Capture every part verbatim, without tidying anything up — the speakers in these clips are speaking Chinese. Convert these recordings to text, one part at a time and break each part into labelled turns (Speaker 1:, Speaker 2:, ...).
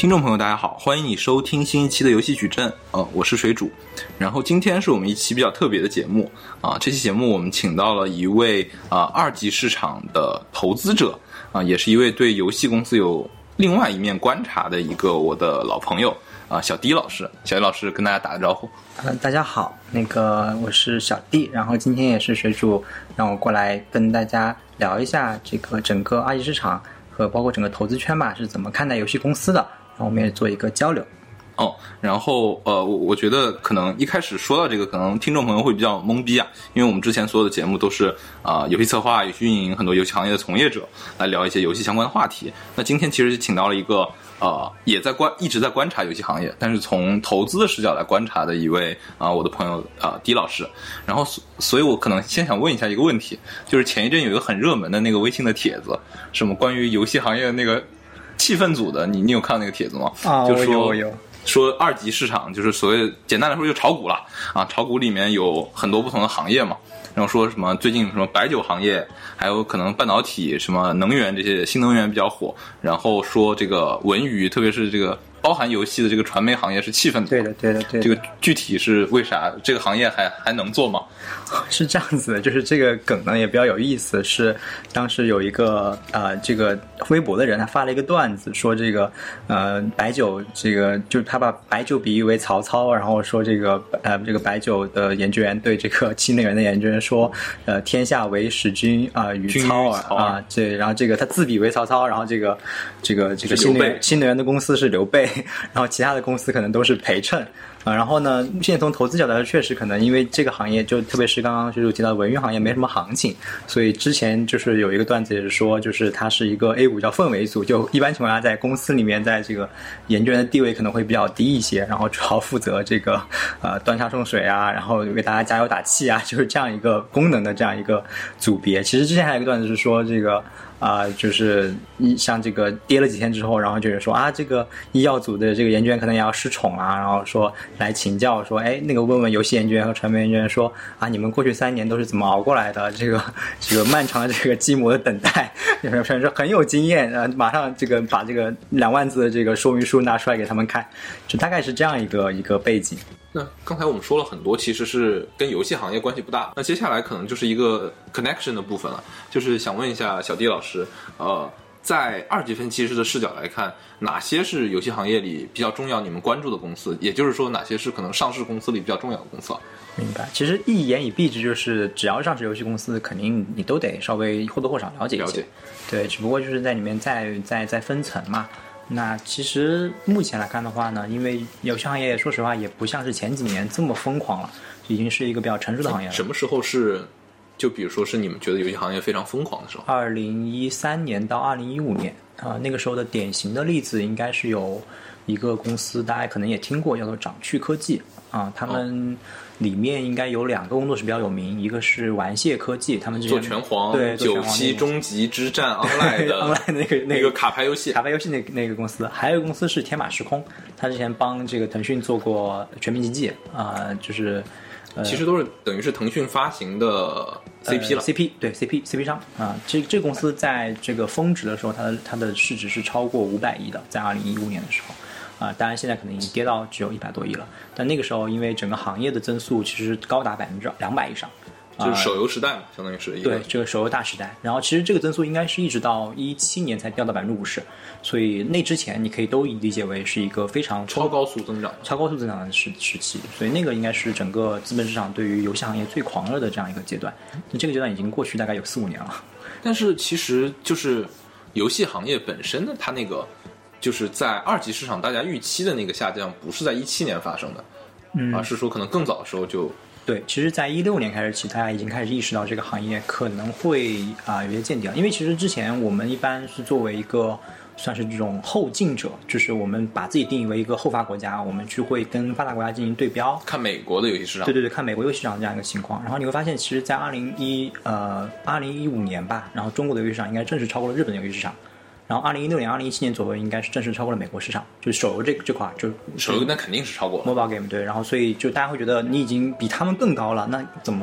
Speaker 1: 听众朋友大家好，欢迎你收听新一期的游戏矩阵，呃，我是水煮。然后今天是我们一期比较特别的节目啊、呃，这期节目我们请到了一位啊、呃、二级市场的投资者啊、呃，也是一位对游戏公司有另外一面观察的一个我的老朋友啊、呃，小迪老师。小迪老师跟大家打个招呼。
Speaker 2: 呃，大家好，那个我是小迪，然后今天也是水煮让我过来跟大家聊一下这个整个二级市场和包括整个投资圈吧是怎么看待游戏公司的，然后我们也做一个交流。
Speaker 1: 哦，然后呃，我我觉得可能一开始说到这个，可能听众朋友会比较懵逼啊，因为我们之前所有的节目都是啊、呃、游戏策划、游戏运营很多游戏行业的从业者来聊一些游戏相关的话题。那今天其实请到了一个呃也在观一直在观察游戏行业，但是从投资的视角来观察的一位啊、呃、我的朋友啊、呃、狄老师。然后所以我可能先想问一下一个问题，就是前一阵有一个很热门的那个微信的帖子，什么关于游戏行业的那个气氛组的，你你有看到那个帖子吗？
Speaker 2: 啊，
Speaker 1: 就说
Speaker 2: 我有我有。
Speaker 1: 说二级市场就是所谓简单来说就炒股了啊，炒股里面有很多不同的行业嘛，然后说什么最近什么白酒行业，还有可能半导体、什么能源这些新能源比较火，然后说这个文娱，特别是这个包含游戏的这个传媒行业是气氛组。
Speaker 2: 对的对的对的。
Speaker 1: 这个具体是为啥？这个行业还还能做吗？
Speaker 2: 是这样子的，就是这个梗呢也比较有意思，是当时有一个呃这个微博的人他发了一个段子，说这个呃白酒这个就是他把白酒比喻为曹操，然后说这个呃这个白酒的研究员对这个新能源的研究员说呃天下为使君啊、呃、与操耳啊，这然后这个他自比为曹操，然后这个这个这个新能源新能源的公司是刘备，然后其他的公司可能都是陪衬啊。然后呢，现在从投资角度来说，确实可能因为这个行业就特别是刚刚水煮提到的文娱行业没什么行情，所以之前就是有一个段子也是说，就是它是一个 A 股叫氛围组，就一般情况下在公司里面，在这个研究员的地位可能会比较低一些，然后主要负责这个呃端茶送水啊，然后给大家加油打气啊，就是这样一个功能的这样一个组别。其实之前还有一个段子是说这个。啊、呃，就是一像这个跌了几天之后，然后就是说啊，这个医药组的这个研究员可能也要失宠啊，然后说来请教说，哎，那个问问游戏研究员和传媒研究员说啊，你们过去三年都是怎么熬过来的？这个这个漫长的这个寂寞的等待，有人说很有经验，呃，马上这个把这个两万字的这个说明书拿出来给他们看，就大概是这样一个一个背景。
Speaker 1: 那刚才我们说了很多，其实是跟游戏行业关系不大。那接下来可能就是一个 connection 的部分了，就是想问一下小迪老师，呃，在二级分析师的视角来看，哪些是游戏行业里比较重要、你们关注的公司？也就是说，哪些是可能上市公司里比较重要的公司？
Speaker 2: 明白。其实一言以蔽之，就是只要上市游戏公司，肯定你都得稍微或多或少了解一些。
Speaker 1: 了解。
Speaker 2: 对，只不过就是在里面再再再分层嘛。那其实目前来看的话呢，因为游戏行业说实话也不像是前几年这么疯狂了，已经是一个比较成熟的行业了。
Speaker 1: 什么时候是，就比如说是你们觉得游戏行业非常疯狂的时候？
Speaker 2: 二零一三年到二零一五年啊、呃，那个时候的典型的例子应该是有一个公司，大家可能也听过，叫做掌趣科技啊、呃，他们里面应该有两个工作室比较有名，一个是玩蟹科技，他们之前
Speaker 1: 做拳皇、
Speaker 2: 对
Speaker 1: 九七终极之战 online 的
Speaker 2: online 那个
Speaker 1: 那个卡牌游戏，
Speaker 2: 卡牌游戏那那个公司，还有一个公司是天马时空，他之前帮这个腾讯做过《全民奇迹》啊、呃，就是。
Speaker 1: 呃、其实都是等于是腾讯发行的 C P 了、
Speaker 2: 呃、，C P 对 C P C P 商啊，这这个公司在这个峰值的时候，它的它的市值是超过五百亿的，在二零一五年的时候啊，当然现在可能已经跌到只有一百多亿了，但那个时候因为整个行业的增速其实高达百分之两百以上。
Speaker 1: 就是手游时代嘛，呃、相当于是一个
Speaker 2: 对这个手游大时代。然后其实这个增速应该是一直到一七年才掉到百分之五十，所以那之前你可以都理解为是一个非常
Speaker 1: 超高速增长、
Speaker 2: 超高速增长的时时期。所以那个应该是整个资本市场对于游戏行业最狂热的这样一个阶段。那这个阶段已经过去大概有四五年了。
Speaker 1: 但是其实就是游戏行业本身呢，它那个就是在二级市场大家预期的那个下降，不是在一七年发生的，
Speaker 2: 嗯，
Speaker 1: 而是说可能更早的时候就。
Speaker 2: 对，其实在一六年开始起，大家已经开始意识到这个行业可能会啊、呃、有些见底了。因为其实之前我们一般是作为一个算是这种后进者，就是我们把自己定义为一个后发国家，我们就会跟发达国家进行对标，
Speaker 1: 看美国的游戏市场。
Speaker 2: 对对对，看美国游戏市场这样一个情况。然后你会发现，其实，在二零一呃二零一五年吧，然后中国的游戏市场应该正式超过了日本的游戏市场。然后二零一六年、二零一七年左右应该是正式超过了美国市场，就是手游这这块，就
Speaker 1: 手游那肯定是超过了
Speaker 2: mobile game 对，然后所以就大家会觉得你已经比他们更高了，那怎么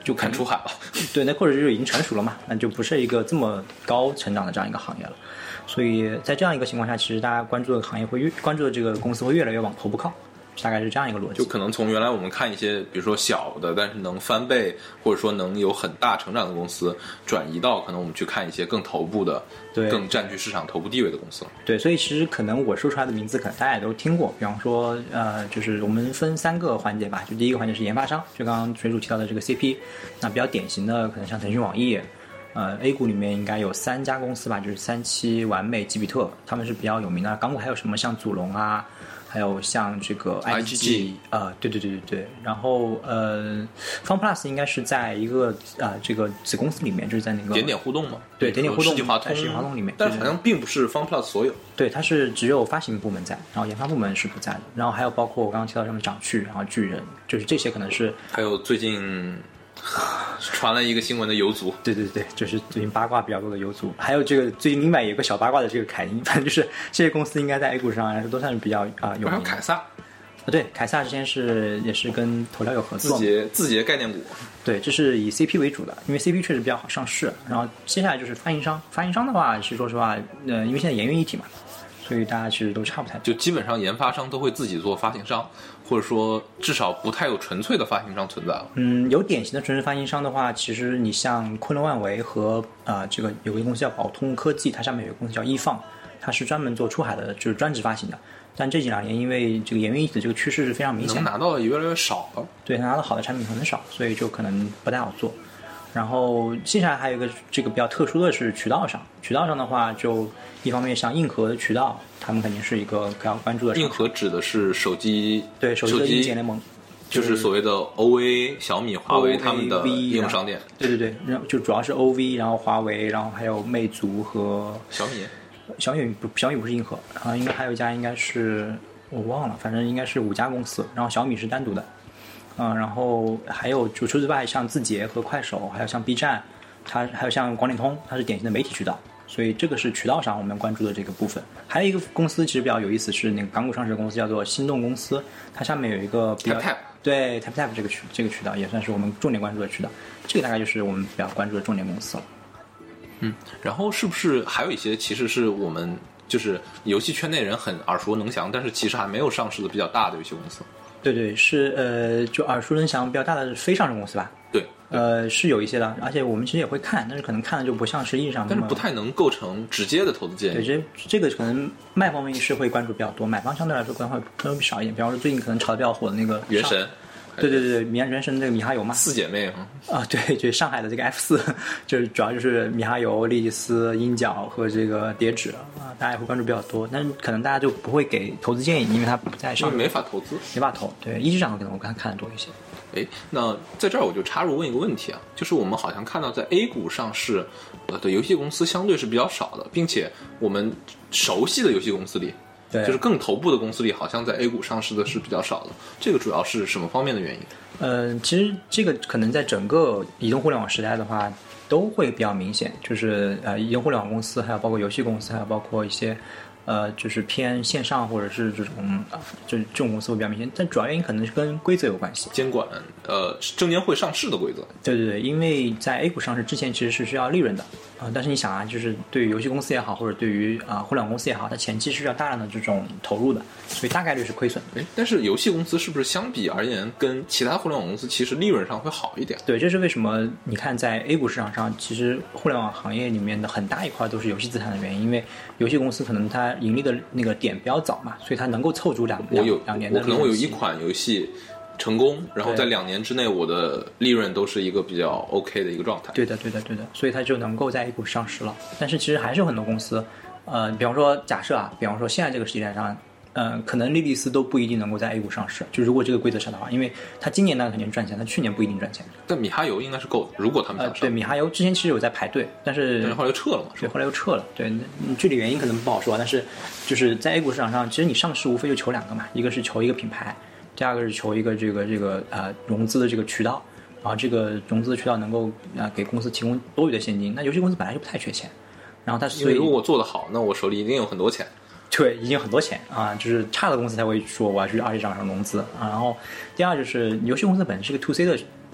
Speaker 2: 就
Speaker 1: 看出海了。
Speaker 2: 对，那或者就是已经成熟了嘛，那就不是一个这么高成长的这样一个行业了。所以在这样一个情况下，其实大家关注的行业会越关注的这个公司会越来越往头部靠，大概是这样一个逻辑。
Speaker 1: 就可能从原来我们看一些，比如说小的，但是能翻倍或者说能有很大成长的公司，转移到可能我们去看一些更头部的、
Speaker 2: 对
Speaker 1: 更占据市场头部地位的公司。
Speaker 2: 对，所以其实可能我说出来的名字，可能大家也都听过。比方说，呃，就是我们分三个环节吧，就第一个环节是研发商，就刚刚水主提到的这个 C P， 那比较典型的可能像腾讯、网易。呃 ，A 股里面应该有三家公司吧，就是三七、完美、吉比特，他们是比较有名的。港股还有什么像祖龙啊，还有像这个 I G G， 呃，对对对对对。然后呃 ，FunPlus 应该是在一个呃这个子公司里面，就是在那个
Speaker 1: 点点互动嘛，
Speaker 2: 对，点点互动，
Speaker 1: 世纪华通，
Speaker 2: 世纪华通里面，
Speaker 1: 但是好像并不是 FunPlus 所有。
Speaker 2: 对，它是只有发行部门在，然后研发部门是不在的。然后还有包括我刚刚提到什么掌趣，然后巨人，就是这些可能是
Speaker 1: 还有最近。传了一个新闻的游族，
Speaker 2: 对对对，就是最近八卦比较多的游族，还有这个最近另外有个小八卦的这个凯英，反正就是这些公司应该在 A 股上来说都算是比较啊、呃、有名的。
Speaker 1: 还有凯撒，
Speaker 2: 啊对，凯撒之前是也是跟头条有合作，
Speaker 1: 字节字节概念股，
Speaker 2: 对，这是以 C P 为主的，因为 C P 确实比较好上市。然后接下来就是发行商，发行商的话是说实话，呃，因为现在严云一体嘛，所以大家其实都差不太多，
Speaker 1: 就基本上研发商都会自己做发行商。或者说至少不太有纯粹的发行商存在了。
Speaker 2: 嗯，有典型的纯粹发行商的话，其实你像昆仑万维和呃这个有个公司叫宝通科技，它上面有个公司叫易放，它是专门做出海的，就是专职发行的。但这几两年因为这个严云一体的这个趋势是非常明显的，
Speaker 1: 能拿到的也越来越少了。
Speaker 2: 对，拿到好的产品很少，所以就可能不太好做。然后接下来还有一个这个比较特殊的是渠道上，渠道上的话，就一方面像硬核的渠道，他们肯定是一个可要关注的。
Speaker 1: 硬核指的是手机，
Speaker 2: 对手机的硬件联盟，
Speaker 1: 就是所谓的 O A、小米、华为他们的应用商店。
Speaker 2: 对对对，然后就主要是 O V， 然后华为，然后还有魅族和
Speaker 1: 小米。
Speaker 2: 小米不，小米不是硬核，然后应该还有一家应该是我忘了，反正应该是五家公司，然后小米是单独的。嗯，然后还有就除此之外，像字节和快手，还有像 B 站，它还有像广点通，它是典型的媒体渠道，所以这个是渠道上我们关注的这个部分。还有一个公司其实比较有意思，是那个港股上市的公司叫做心动公司，它上面有一个比较
Speaker 1: TapTap，
Speaker 2: 对 TapTap 这个渠这个渠道也算是我们重点关注的渠道，这个大概就是我们比较关注的重点公司了。
Speaker 1: 嗯，然后是不是还有一些其实是我们就是游戏圈内人很耳熟能详，但是其实还没有上市的比较大的游戏公司？
Speaker 2: 对对，是呃，就耳熟能详比较大的是非上市公司吧？
Speaker 1: 对，对
Speaker 2: 呃，是有一些的，而且我们其实也会看，但是可能看的就不像是意义上，
Speaker 1: 但是不太能构成直接的投资建议。
Speaker 2: 对，这这个可能卖方面是会关注比较多，买方相对来说关会可能少一点。比方说最近可能炒的比较火的那个
Speaker 1: 原神，
Speaker 2: 对对对对，米原神这个米哈游嘛，
Speaker 1: 四姐妹啊，
Speaker 2: 啊对，就是上海的这个 F 四，就是主要就是米哈游、莉莉丝、鹰角和这个叠纸啊，大家也会关注比较多，但是可能大家就不会给投资建议，因为它不在上面，
Speaker 1: 没法投资，
Speaker 2: 没法投。对，一级市场可能我看看的多一些。
Speaker 1: 哎，那在这儿我就插入问一个问题啊，就是我们好像看到在 A 股上市呃的游戏公司相对是比较少的，并且我们熟悉的游戏公司里，
Speaker 2: 对，
Speaker 1: 就是更头部的公司里，好像在 A 股上市的是比较少的。这个主要是什么方面的原因？
Speaker 2: 嗯、呃，其实这个可能在整个移动互联网时代的话，都会比较明显，就是呃，移动互联网公司，还有包括游戏公司，还有包括一些。呃，就是偏线上或者是这种啊，就是这种公司会比较明显，但主要原因可能是跟规则有关系，
Speaker 1: 监管，呃，证监会上市的规则。
Speaker 2: 对对对，因为在 A 股上市之前其实是需要利润的啊、呃，但是你想啊，就是对于游戏公司也好，或者对于啊、呃、互联网公司也好，它前期是要大量的这种投入的，所以大概率是亏损的。
Speaker 1: 哎，但是游戏公司是不是相比而言，跟其他互联网公司其实利润上会好一点？
Speaker 2: 对，这是为什么？你看，在 A 股市场上，其实互联网行业里面的很大一块都是游戏资产的原因，因为游戏公司可能它盈利的那个点比较早嘛，所以它能够凑足两
Speaker 1: 我有
Speaker 2: 两年的。
Speaker 1: 我可能我有一款游戏成功，然后在两年之内，我的利润都是一个比较 OK 的一个状态。
Speaker 2: 对的，对的，对的，所以它就能够在 A 股上市了。但是其实还是有很多公司，呃，比方说假设啊，比方说现在这个时间上。呃，可能莉莉丝都不一定能够在 A 股上市，就如果这个规则下的话，因为它今年呢肯定赚钱，它去年不一定赚钱。
Speaker 1: 但米哈游应该是够的，如果他们想上、
Speaker 2: 呃、对，米哈游之前其实有在排队，但是
Speaker 1: 但是后来又撤了嘛，
Speaker 2: 对，后来又撤了。对，具体原因可能不好说，但是就是在 A 股市场上，其实你上市无非就求两个嘛，一个是求一个品牌，第二个是求一个这个这个呃融资的这个渠道，然后这个融资的渠道能够呃给公司提供多余的现金。那游戏公司本来就不太缺钱，然后它所以
Speaker 1: 因为如果我做得好，那我手里一定有很多钱。
Speaker 2: 对，已经很多钱啊，就是差的公司才会说我要去二级市场上融资啊。然后第二就是游戏公司本身是一个 to C 的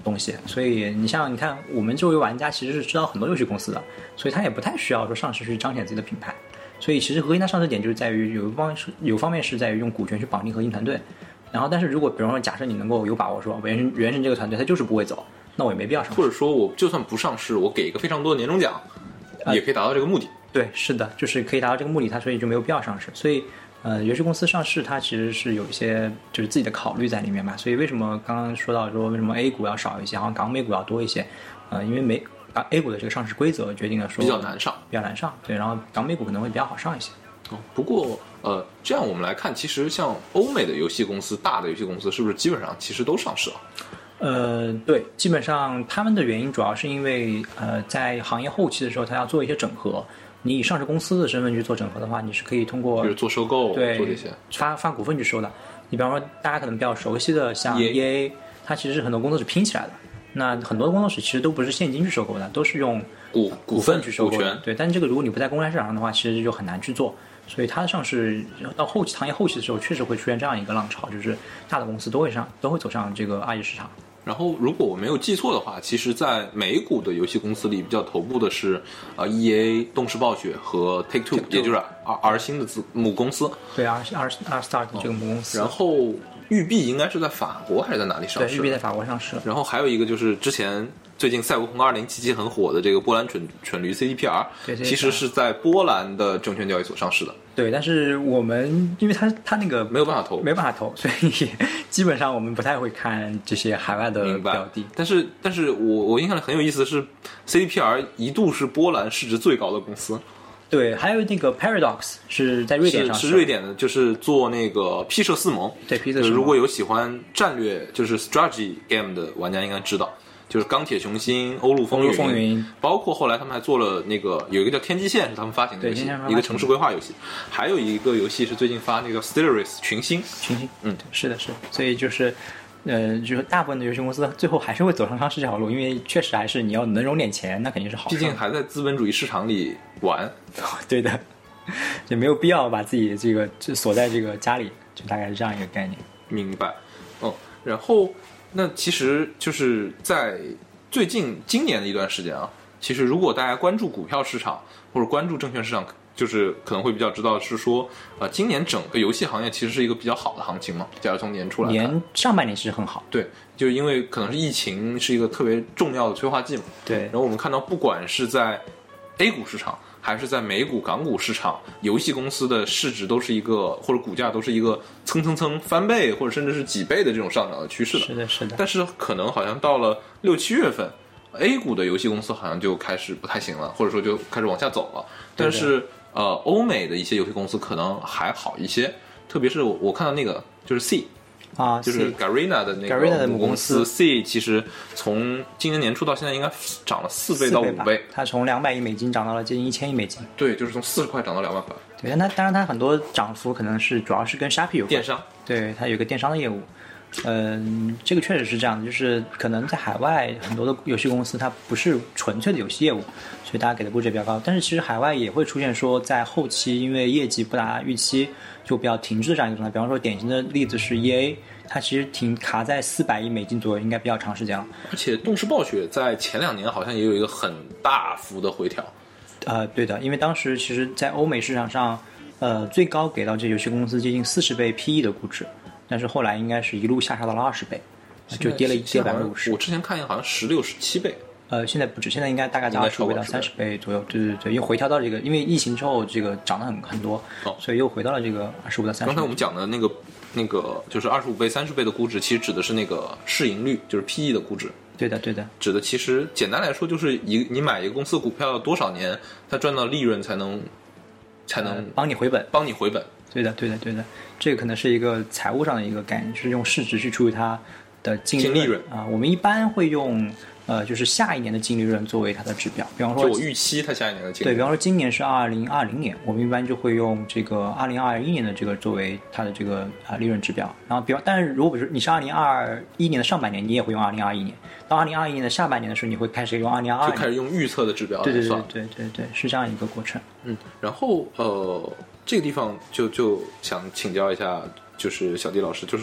Speaker 2: 东西，所以你像你看，我们作为玩家其实是知道很多游戏公司的，所以他也不太需要说上市去彰显自己的品牌。所以其实核心的上市点就是在于有一方面是有方面是在于用股权去绑定核心团队，然后但是如果比方说假设你能够有把握说原神原神这个团队它就是不会走，那我也没必要上市。
Speaker 1: 或者说我就算不上市，我给一个非常多的年终奖，呃、也可以达到这个目的。
Speaker 2: 对，是的，就是可以达到这个目的，它所以就没有必要上市。所以呃，游戏公司上市它其实是有一些就是自己的考虑在里面吧。所以为什么刚刚说到说为什么 A 股要少一些，好像港美股要多一些？呃，因为美啊 A 股的这个上市规则决定了说
Speaker 1: 比较难上，
Speaker 2: 比较难上。对，然后港美股可能会比较好上一些。
Speaker 1: 不过，呃，这样我们来看，其实像欧美的游戏公司，大的游戏公司是不是基本上其实都上市了？
Speaker 2: 呃，对，基本上他们的原因主要是因为，呃，在行业后期的时候，他要做一些整合。你以上市公司的身份去做整合的话，你是可以通过，
Speaker 1: 比如做收购，
Speaker 2: 对，
Speaker 1: 做这些
Speaker 2: 发发股份去收的。你比方说，大家可能比较熟悉的像
Speaker 1: E
Speaker 2: A， 它其实是很多工作室拼起来的。那很多工作室其实都不是现金去收购的，都是用
Speaker 1: 股
Speaker 2: 股份去收购
Speaker 1: 的。
Speaker 2: 对，但是这个如果你不在公开市场上的话，其实就很难去做。所以它的上市到后期行业后期的时候，确实会出现这样一个浪潮，就是大的公司都会上都会走上这个二级市场。
Speaker 1: 然后，如果我没有记错的话，其实，在美股的游戏公司里比较头部的是呃 E A、动视暴雪和 Take Two， 也就是 R R 星的子母公司。
Speaker 2: 对 ，R R R Star 这个母公司。
Speaker 1: 然后育碧应该是在法国还是在哪里上市？
Speaker 2: 对，育碧在法国上市。
Speaker 1: 然后还有一个就是之前最近赛博朋克二零七七很火的这个波兰蠢蠢驴 C D P R， 其实是在波兰的证券交易所上市的。
Speaker 2: 对，但是我们因为它它那个
Speaker 1: 没有办法投，
Speaker 2: 没办法投，所以基本上我们不太会看这些海外的标的。
Speaker 1: 但是，但是我我印象里很有意思的是 ，C D P R 一度是波兰市值最高的公司。
Speaker 2: 对，还有那个 Paradox 是在瑞典上市，
Speaker 1: 是是瑞典的，就是做那个 P 社四盟。
Speaker 2: 对 P 社四盟，
Speaker 1: 如果有喜欢战略就是 strategy game 的玩家应该知道。就是钢铁雄心、欧陆风云，
Speaker 2: 风云
Speaker 1: 包括后来他们还做了那个有一个叫天际线是他们发行的游戏，一个城市规划游戏，还有一个游戏是最近发那个 Stellaris 群星，
Speaker 2: 群星，
Speaker 1: 嗯，
Speaker 2: 是的，是的，所以就是，呃，就是大部分的游戏公司最后还是会走上上市这条路，因为确实还是你要能融点钱，那肯定是好，
Speaker 1: 毕竟还在资本主义市场里玩，
Speaker 2: 对的，就没有必要把自己这个就锁在这个家里，就大概是这样一个概念。
Speaker 1: 明白，嗯，然后。那其实就是在最近今年的一段时间啊，其实如果大家关注股票市场或者关注证券市场，就是可能会比较知道是说，呃，今年整个游戏行业其实是一个比较好的行情嘛。假如从年初来看，
Speaker 2: 年上半年其实很好，
Speaker 1: 对，就是因为可能是疫情是一个特别重要的催化剂嘛。
Speaker 2: 对，
Speaker 1: 然后我们看到，不管是在 A 股市场，还是在美股、港股市场，游戏公司的市值都是一个或者股价都是一个蹭蹭蹭翻倍，或者甚至是几倍的这种上涨的趋势的。
Speaker 2: 是的，是的。
Speaker 1: 但是可能好像到了六七月份 ，A 股的游戏公司好像就开始不太行了，或者说就开始往下走了。但是呃，欧美的一些游戏公司可能还好一些，特别是我我看到那个就是 C。
Speaker 2: 啊，
Speaker 1: 就是 Garena 的那个母公司 C， 其实从今年年初到现在应该涨了四倍到五倍，
Speaker 2: 它从两百亿美金涨到了接近一千亿美金。
Speaker 1: 对，就是从四十块涨到两百块。
Speaker 2: 对，但它当然它很多涨幅可能是主要是跟 Shopee 有关，
Speaker 1: 电商，
Speaker 2: 对，它有一个电商的业务。嗯，这个确实是这样的，就是可能在海外很多的游戏公司它不是纯粹的游戏业务，所以大家给的估值也比较高。但是其实海外也会出现说在后期因为业绩不达预期就比较停滞的这样一个状态。比方说典型的例子是 E A， 它其实停卡在四百亿美金左右，应该比较长时间了。
Speaker 1: 而且动视暴雪在前两年好像也有一个很大幅的回调。
Speaker 2: 呃，对的，因为当时其实在欧美市场上，呃，最高给到这游戏公司接近四十倍 P E 的估值。但是后来应该是一路下杀到了二十倍，就跌了跌百分之五十。
Speaker 1: 我之前看一下好像十六、十七倍。
Speaker 2: 呃，现在不止，现在应该大概在二十倍到三十倍左右。对对对，又回调到这个，因为疫情之后这个涨得很很多，
Speaker 1: 哦，
Speaker 2: 所以又回到了这个二十五到三十。
Speaker 1: 刚才我们讲的那个那个就是二十五倍、三十倍的估值，其实指的是那个市盈率，就是 P E 的估值。
Speaker 2: 对的对的，
Speaker 1: 指的其实简单来说就是一你买一个公司的股票多少年，它赚到利润才能才能、呃、
Speaker 2: 帮你回本，
Speaker 1: 帮你回本。
Speaker 2: 对的，对的，对的，这个可能是一个财务上的一个概念，就是用市值去除以它的净利润啊。我们一般会用呃，就是下一年的净利润作为它的指标。比方说，
Speaker 1: 就我预期它下一年的净利润。
Speaker 2: 对，比方说今年是二零二零年，我们一般就会用这个二零二一年的这个作为它的这个啊利润指标。然后，比方，但是如果比如说你是二零二一年的上半年，你也会用二零二一年；到二零二一年的下半年的时候，你会开始用二零二二年，
Speaker 1: 就开始用预测的指标来算。
Speaker 2: 对对对对对对，是这样一个过程。
Speaker 1: 嗯，然后呃。这个地方就就想请教一下，就是小迪老师，就是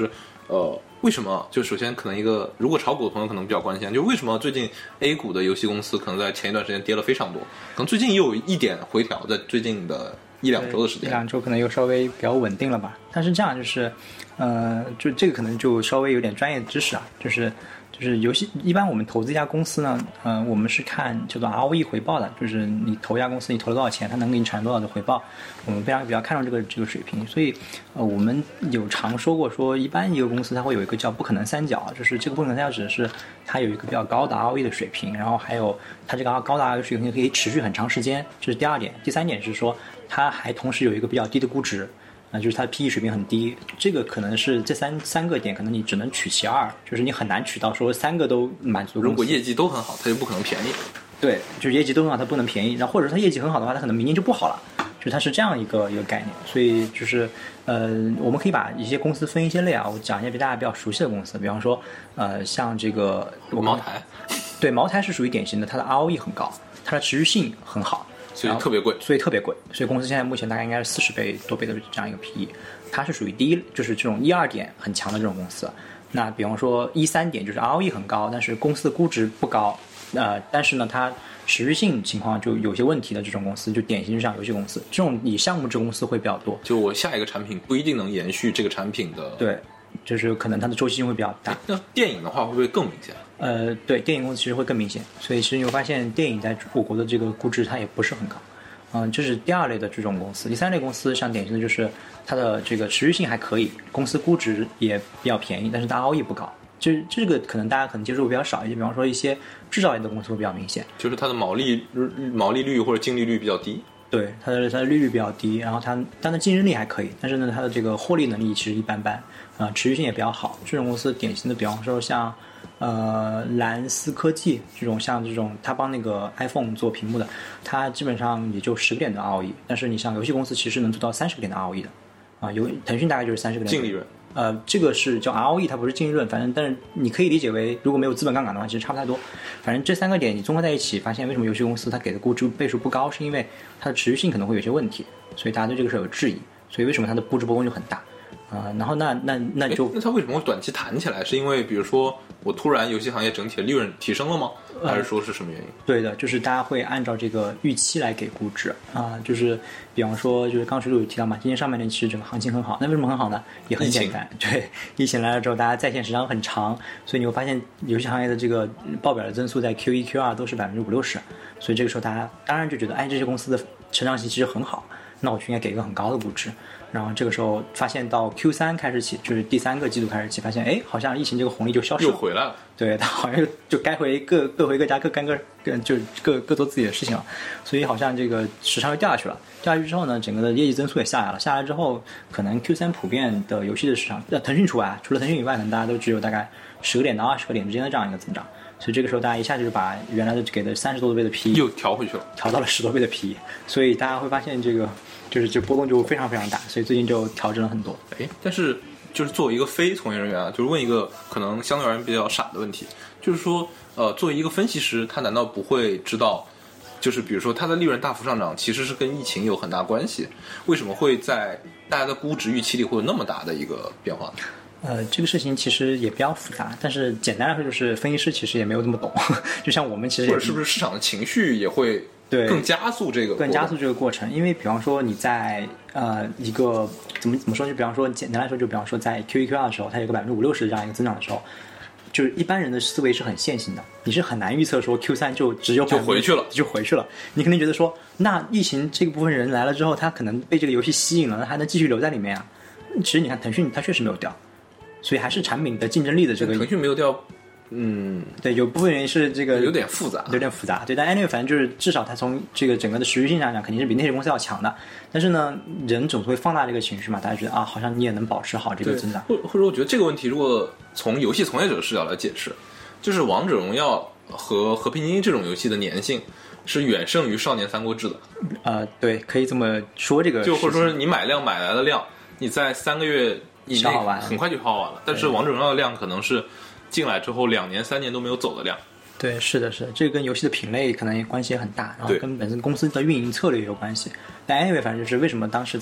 Speaker 1: 呃，为什么？就首先可能一个，如果炒股的朋友可能比较关心，就是为什么最近 A 股的游戏公司可能在前一段时间跌了非常多，可能最近又有一点回调，在最近的一两周的时间，
Speaker 2: 一两周可能又稍微比较稳定了吧。但是这样就是，呃，就这个可能就稍微有点专业知识啊，就是就是游戏一般我们投资一家公司呢，呃，我们是看叫做 R O E 回报的，就是你投一家公司，你投了多少钱，它能给你产生多少的回报，我们非常比较看重这个这个水平。所以，呃，我们有常说过说，一般一个公司它会有一个叫不可能三角，就是这个不可能三角指的是它有一个比较高的 R O E 的水平，然后还有它这个高的 R O E 水平可以持续很长时间，这是第二点。第三点是说，它还同时有一个比较低的估值。啊、呃，就是它的 P E 水平很低，这个可能是这三三个点，可能你只能取其二，就是你很难取到说三个都满足。
Speaker 1: 如果业绩都很好，它就不可能便宜。
Speaker 2: 对，就是业绩都很好，它不能便宜。然后或者它业绩很好的话，它可能明年就不好了，就它是这样一个一个概念。所以就是呃，我们可以把一些公司分一些类啊，我讲一些大家比较熟悉的公司，比方说呃，像这个
Speaker 1: 茅台，
Speaker 2: 对，茅台是属于典型的，它的 R O E 很高，它的持续性很好。
Speaker 1: 所以特别贵，
Speaker 2: 所以特别贵，所以公司现在目前大概应该是四十倍多倍的这样一个 P E， 它是属于第一，就是这种一二点很强的这种公司。那比方说一三点就是 R O E 很高，但是公司的估值不高，呃，但是呢它持续性情况就有些问题的这种公司，就典型就像游戏公司这种以项目制公司会比较多。
Speaker 1: 就我下一个产品不一定能延续这个产品的，
Speaker 2: 对，就是可能它的周期性会比较大。
Speaker 1: 那电影的话会不会更明显？
Speaker 2: 呃，对，电影公司其实会更明显，所以其实你会发现电影在我国的这个估值它也不是很高，嗯、呃，这是第二类的这种公司。第三类公司像典型的就是它的这个持续性还可以，公司估值也比较便宜，但是它 R O E 不高，就这个可能大家可能接触比较少一些，比方说一些制造业的公司会比较明显，
Speaker 1: 就是它的毛利毛利率或者净利率比较低。
Speaker 2: 对，它的它的利率比较低，然后它它的竞争力还可以，但是呢，它的这个获利能力其实一般般，啊、呃，持续性也比较好。这种公司典型的，比方说像呃蓝思科技这种，像这种它帮那个 iPhone 做屏幕的，它基本上也就十个点的 R O E， 但是你像游戏公司其实能做到三十个点的 R O E 的，啊，有腾讯大概就是三十个点
Speaker 1: 净利润。
Speaker 2: 呃，这个是叫 R O E， 它不是净利润，反正但是你可以理解为，如果没有资本杠杆的话，其实差不太多。反正这三个点你综合在一起，发现为什么游戏公司它给的估值倍数不高，是因为它的持续性可能会有些问题，所以大家对这个事有质疑。所以为什么它的估值波动就很大啊、呃？然后那那那就
Speaker 1: 那它为什么会短期弹起来？是因为比如说我突然游戏行业整体的利润提升了吗？还是说是什么原因？
Speaker 2: 呃、对的，就是大家会按照这个预期来给估值啊、呃，就是比方说，就是刚刚水主有提到嘛，今年上半年其实整个行情很好，那为什么很好呢？也很简单，对，疫情来了之后，大家在线时长很长，所以你会发现游戏行业的这个报表的增速在 Q 一 Q 二都是百分之五六十，所以这个时候大家当然就觉得，哎，这些公司的成长性其实很好，那我就应该给一个很高的估值。然后这个时候发现到 Q 三开始起，就是第三个季度开始起，发现哎，好像疫情这个红利就消失了，
Speaker 1: 又回来了。
Speaker 2: 对，它好像就该回各各回各家，各干各各就各各做自己的事情了。所以好像这个时长又掉下去了。掉下去之后呢，整个的业绩增速也下来了。下来之后，可能 Q 三普遍的游戏的市场，呃，腾讯除外，除了腾讯以外，可能大家都只有大概十个点到二十个点之间的这样一个增长。所以这个时候大家一下就把原来的给的三十多倍的 P E
Speaker 1: 又调回去了，
Speaker 2: 调到了十多倍的 P E， 所以大家会发现这个就是这波动就非常非常大，所以最近就调整了很多。
Speaker 1: 哎，但是就是作为一个非从业人员啊，就是问一个可能相对而言比较傻的问题，就是说，呃，作为一个分析师，他难道不会知道，就是比如说他的利润大幅上涨，其实是跟疫情有很大关系？为什么会在大家的估值预期里会有那么大的一个变化呢？
Speaker 2: 呃，这个事情其实也比较复杂，但是简单来说就是分析师其实也没有这么懂，就像我们其实也
Speaker 1: 或者是不是市场的情绪也会对更加速这个
Speaker 2: 更加速这个过程？因为比方说你在呃一个怎么怎么说，就比方说简单来说，就比方说在 Q 一 Q 二的时候，它有个百分之五六十的这样一个增长的时候，就是一般人的思维是很线性的，你是很难预测说 Q 三就只有
Speaker 1: 就回去了
Speaker 2: 就回去了。你可能觉得说，那疫情这个部分人来了之后，他可能被这个游戏吸引了，那还能继续留在里面啊？其实你看腾讯，它确实没有掉。所以还是产品的竞争力的这个，
Speaker 1: 腾讯没有掉，嗯，
Speaker 2: 对，有部分原因是这个
Speaker 1: 有点复杂，
Speaker 2: 有点复杂，对，但 anyway 反正就是至少它从这个整个的持续性上讲，肯定是比那些公司要强的。但是呢，人总会放大这个情绪嘛，大家觉得啊，好像你也能保持好这个增长，
Speaker 1: 或或者我觉得这个问题，如果从游戏从业者的视角来解释，就是王者荣耀和和平精英这种游戏的粘性是远胜于少年三国志的。
Speaker 2: 呃，对，可以这么说，这个
Speaker 1: 就或者说是你买量买来的量，你在三个月。你
Speaker 2: 消耗完
Speaker 1: 很快就消耗完了，但是王者荣耀的量可能是进来之后两年三年都没有走的量。
Speaker 2: 对，是的，是的，这个跟游戏的品类可能也关系也很大，然后跟本身公司的运营策略也有关系。但 anyway， 反正就是为什么当时在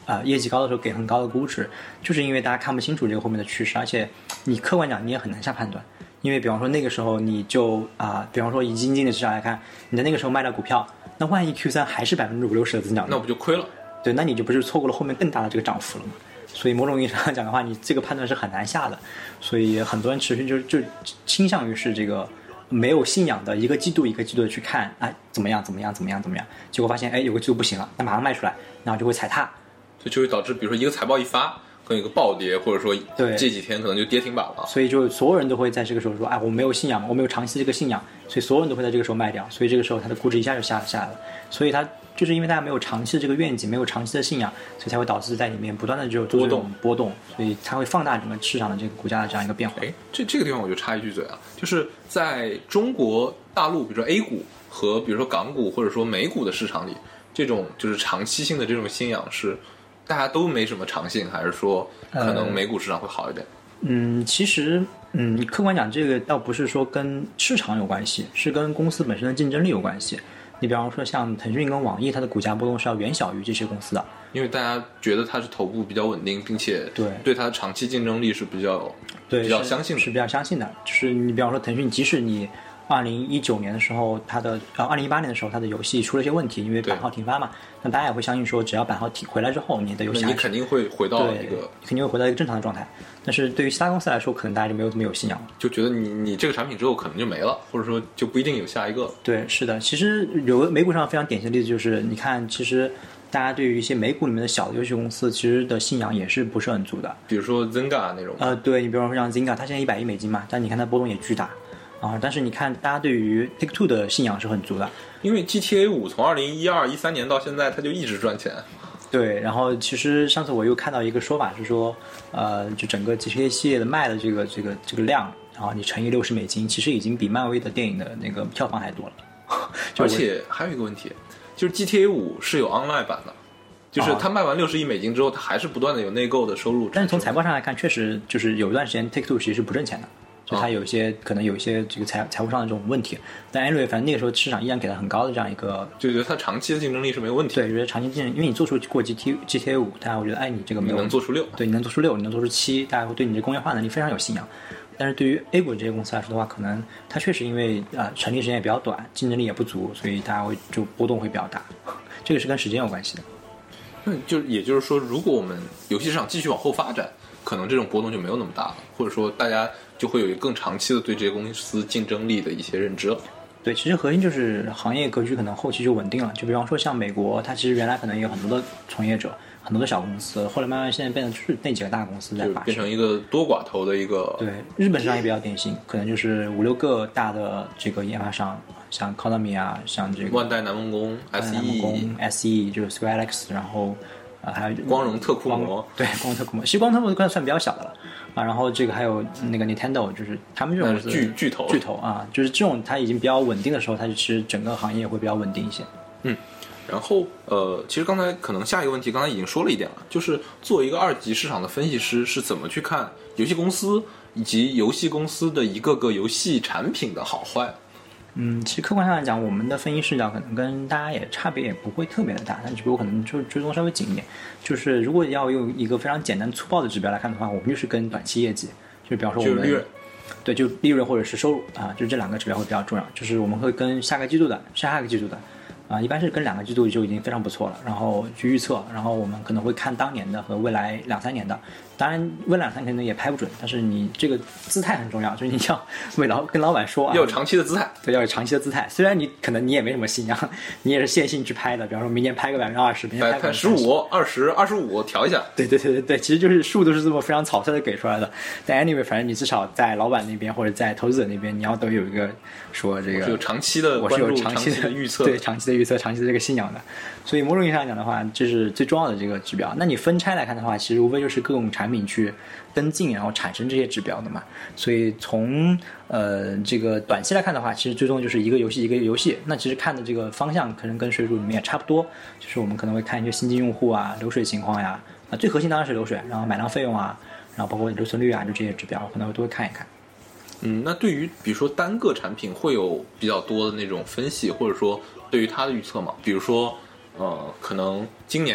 Speaker 2: 啊、呃、业绩高的时候给很高的估值，就是因为大家看不清楚这个后面的趋势，而且你客观讲你也很难下判断。因为比方说那个时候你就啊、呃，比方说以基金经理视角来看，你在那个时候卖了股票，那万一 Q 三还是百分之五六十的增长，
Speaker 1: 那不就亏了？
Speaker 2: 对，那你就不是错过了后面更大的这个涨幅了吗？所以某种意义上来讲的话，你这个判断是很难下的。所以很多人持续就就倾向于是这个没有信仰的一个季度一个季度的去看，哎怎么样怎么样怎么样怎么样，结果发现哎有个季度不行了，那马上卖出来，然后就会踩踏，
Speaker 1: 所以就会导致比如说一个财报一发。跟一个暴跌，或者说
Speaker 2: 对
Speaker 1: 这几天可能就跌停板了，
Speaker 2: 所以就所有人都会在这个时候说，哎，我没有信仰，我没有长期这个信仰，所以所有人都会在这个时候卖掉，所以这个时候它的估值一下就下下来了。所以它就是因为大家没有长期的这个愿景，没有长期的信仰，所以才会导致在里面不断的就做这种波动，所以它会放大整个市场的这个股价的这样一个变化。
Speaker 1: 哎，这这个地方我就插一句嘴啊，就是在中国大陆，比如说 A 股和比如说港股或者说美股的市场里，这种就是长期性的这种信仰是。大家都没什么长性，还是说可能美股市场会好一点？
Speaker 2: 呃、嗯，其实嗯，客观讲，这个倒不是说跟市场有关系，是跟公司本身的竞争力有关系。你比方说像腾讯跟网易，它的股价波动是要远小于这些公司的，
Speaker 1: 因为大家觉得它是头部比较稳定，并且
Speaker 2: 对
Speaker 1: 对它的长期竞争力是比较
Speaker 2: 对
Speaker 1: 比较相信的，
Speaker 2: 是比较相信的。就是你比方说腾讯，即使你二零一九年的时候，它的呃二零一八年的时候，它的游戏出了一些问题，因为版号停发嘛，那大家也会相信说，只要版号停回来之后，你的游戏
Speaker 1: 你肯定会回到一个，
Speaker 2: 肯定会回到一个正常的状态。但是对于其他公司来说，可能大家就没有这么有信仰了，
Speaker 1: 就觉得你你这个产品之后可能就没了，或者说就不一定有下一个了。
Speaker 2: 对，是的。其实有个美股上非常典型的例子就是，你看，其实大家对于一些美股里面的小的游戏公司，其实的信仰也是不是很足的。
Speaker 1: 比如说 Zynga 那种。
Speaker 2: 呃，对，你比方说像 Zynga，它现在一百亿美金嘛，但你看它波动也巨大。啊，但是你看，大家对于 Take Two 的信仰是很足的，
Speaker 1: 因为 G T A 五从二零一二、一三年到现在，它就一直赚钱。
Speaker 2: 对，然后其实上次我又看到一个说法是说，呃，就整个 G T A 系列的卖的这个这个这个量，然后你乘以六十美金，其实已经比漫威的电影的那个票房还多了。
Speaker 1: 而且还有一个问题，就是 G T A 五是有 online 版的。就是它卖完六十亿美金之后，它还是不断的有内购的收入。
Speaker 2: 但是从财报上来看，确实就是有一段时间 Take Two 其实是不挣钱的。就它有一些、哦、可能有一些这个财财务上的这种问题，但 anyway 反正那个时候市场依然给它很高的这样一个，
Speaker 1: 就觉得它长期的竞争力是没有问题的。
Speaker 2: 对，觉得长期竞争，因为你做出过 G T G T A 五，大家会觉得哎你这个没有
Speaker 1: 你能做出六，
Speaker 2: 对，你能做出六，你能做出七，大家会对你这工业化能力非常有信仰。但是对于 A 股这些公司来说的话，可能它确实因为啊、呃、成立时间也比较短，竞争力也不足，所以大家会就波动会比较大，这个是跟时间有关系的。
Speaker 1: 那就也就是说，如果我们游戏市场继续往后发展，可能这种波动就没有那么大了，或者说大家就会有一个更长期的对这些公司竞争力的一些认知了。
Speaker 2: 对，其实核心就是行业格局可能后期就稳定了。就比方说像美国，它其实原来可能也有很多的从业者，很多的小公司，后来慢慢现在变成就是那几个大公司在把持，
Speaker 1: 变成一个多寡头的一个。
Speaker 2: 对，日本市场也比较典型，可能就是五六个大的这个研发商，像 Konami 啊，像这个
Speaker 1: 万代南梦宫、S E、
Speaker 2: 南梦宫、S E 就是 Square Enix， 然后呃还有
Speaker 1: 光荣特库摩，
Speaker 2: 对，光荣特库摩，其实光荣特库摩算比较小的了。啊，然后这个还有那个 Nintendo， 就是他们这种
Speaker 1: 巨巨头
Speaker 2: 巨头啊，就是这种它已经比较稳定的时候，它其实整个行业会比较稳定一些。
Speaker 1: 嗯，然后呃，其实刚才可能下一个问题，刚才已经说了一点了，就是作为一个二级市场的分析师，是怎么去看游戏公司以及游戏公司的一个个游戏产品的好坏？
Speaker 2: 嗯，其实客观上来讲，我们的分析视角可能跟大家也差别也不会特别的大，但只不过可能就追踪稍微紧一点。就是如果要用一个非常简单粗暴的指标来看的话，我们就是跟短期业绩，就比方说我们
Speaker 1: 就利润，
Speaker 2: 对，就利润或者是收入啊，就这两个指标会比较重要。就是我们会跟下个季度的、下下个季度的啊，一般是跟两个季度就已经非常不错了，然后去预测，然后我们可能会看当年的和未来两三年的。当然，未来两三年可能也拍不准，但是你这个姿态很重要，就是你要为老跟老板说啊，
Speaker 1: 要有长期的姿态，
Speaker 2: 对，要有长期的姿态。虽然你可能你也没什么信仰，你也是线性去拍的，比方说明年拍个百分之二十，明年拍个
Speaker 1: 十五、二十、二十五调一下。
Speaker 2: 对对对对对，其实就是数都是这么非常草率的给出来的。但 anyway， 反正你至少在老板那边或者在投资者那边，你要都有一个说这个
Speaker 1: 我是有长期的
Speaker 2: 我
Speaker 1: 关注，
Speaker 2: 是有长期
Speaker 1: 的预测，
Speaker 2: 对长期的预测，长期的这个信仰的。所以某种意义上讲的话，这是最重要的这个指标。那你分拆来看的话，其实无非就是各种产品去跟进，然后产生这些指标的嘛。所以从呃这个短期来看的话，其实最终就是一个游戏一个游戏。那其实看的这个方向可能跟水煮里面也差不多，就是我们可能会看一些新进用户啊、流水情况呀，啊最核心当然是流水，然后买量费用啊，然后包括留存率啊，就这些指标可能都会看一看。
Speaker 1: 嗯，那对于比如说单个产品会有比较多的那种分析，或者说对于它的预测嘛？比如说呃，可能今年啊，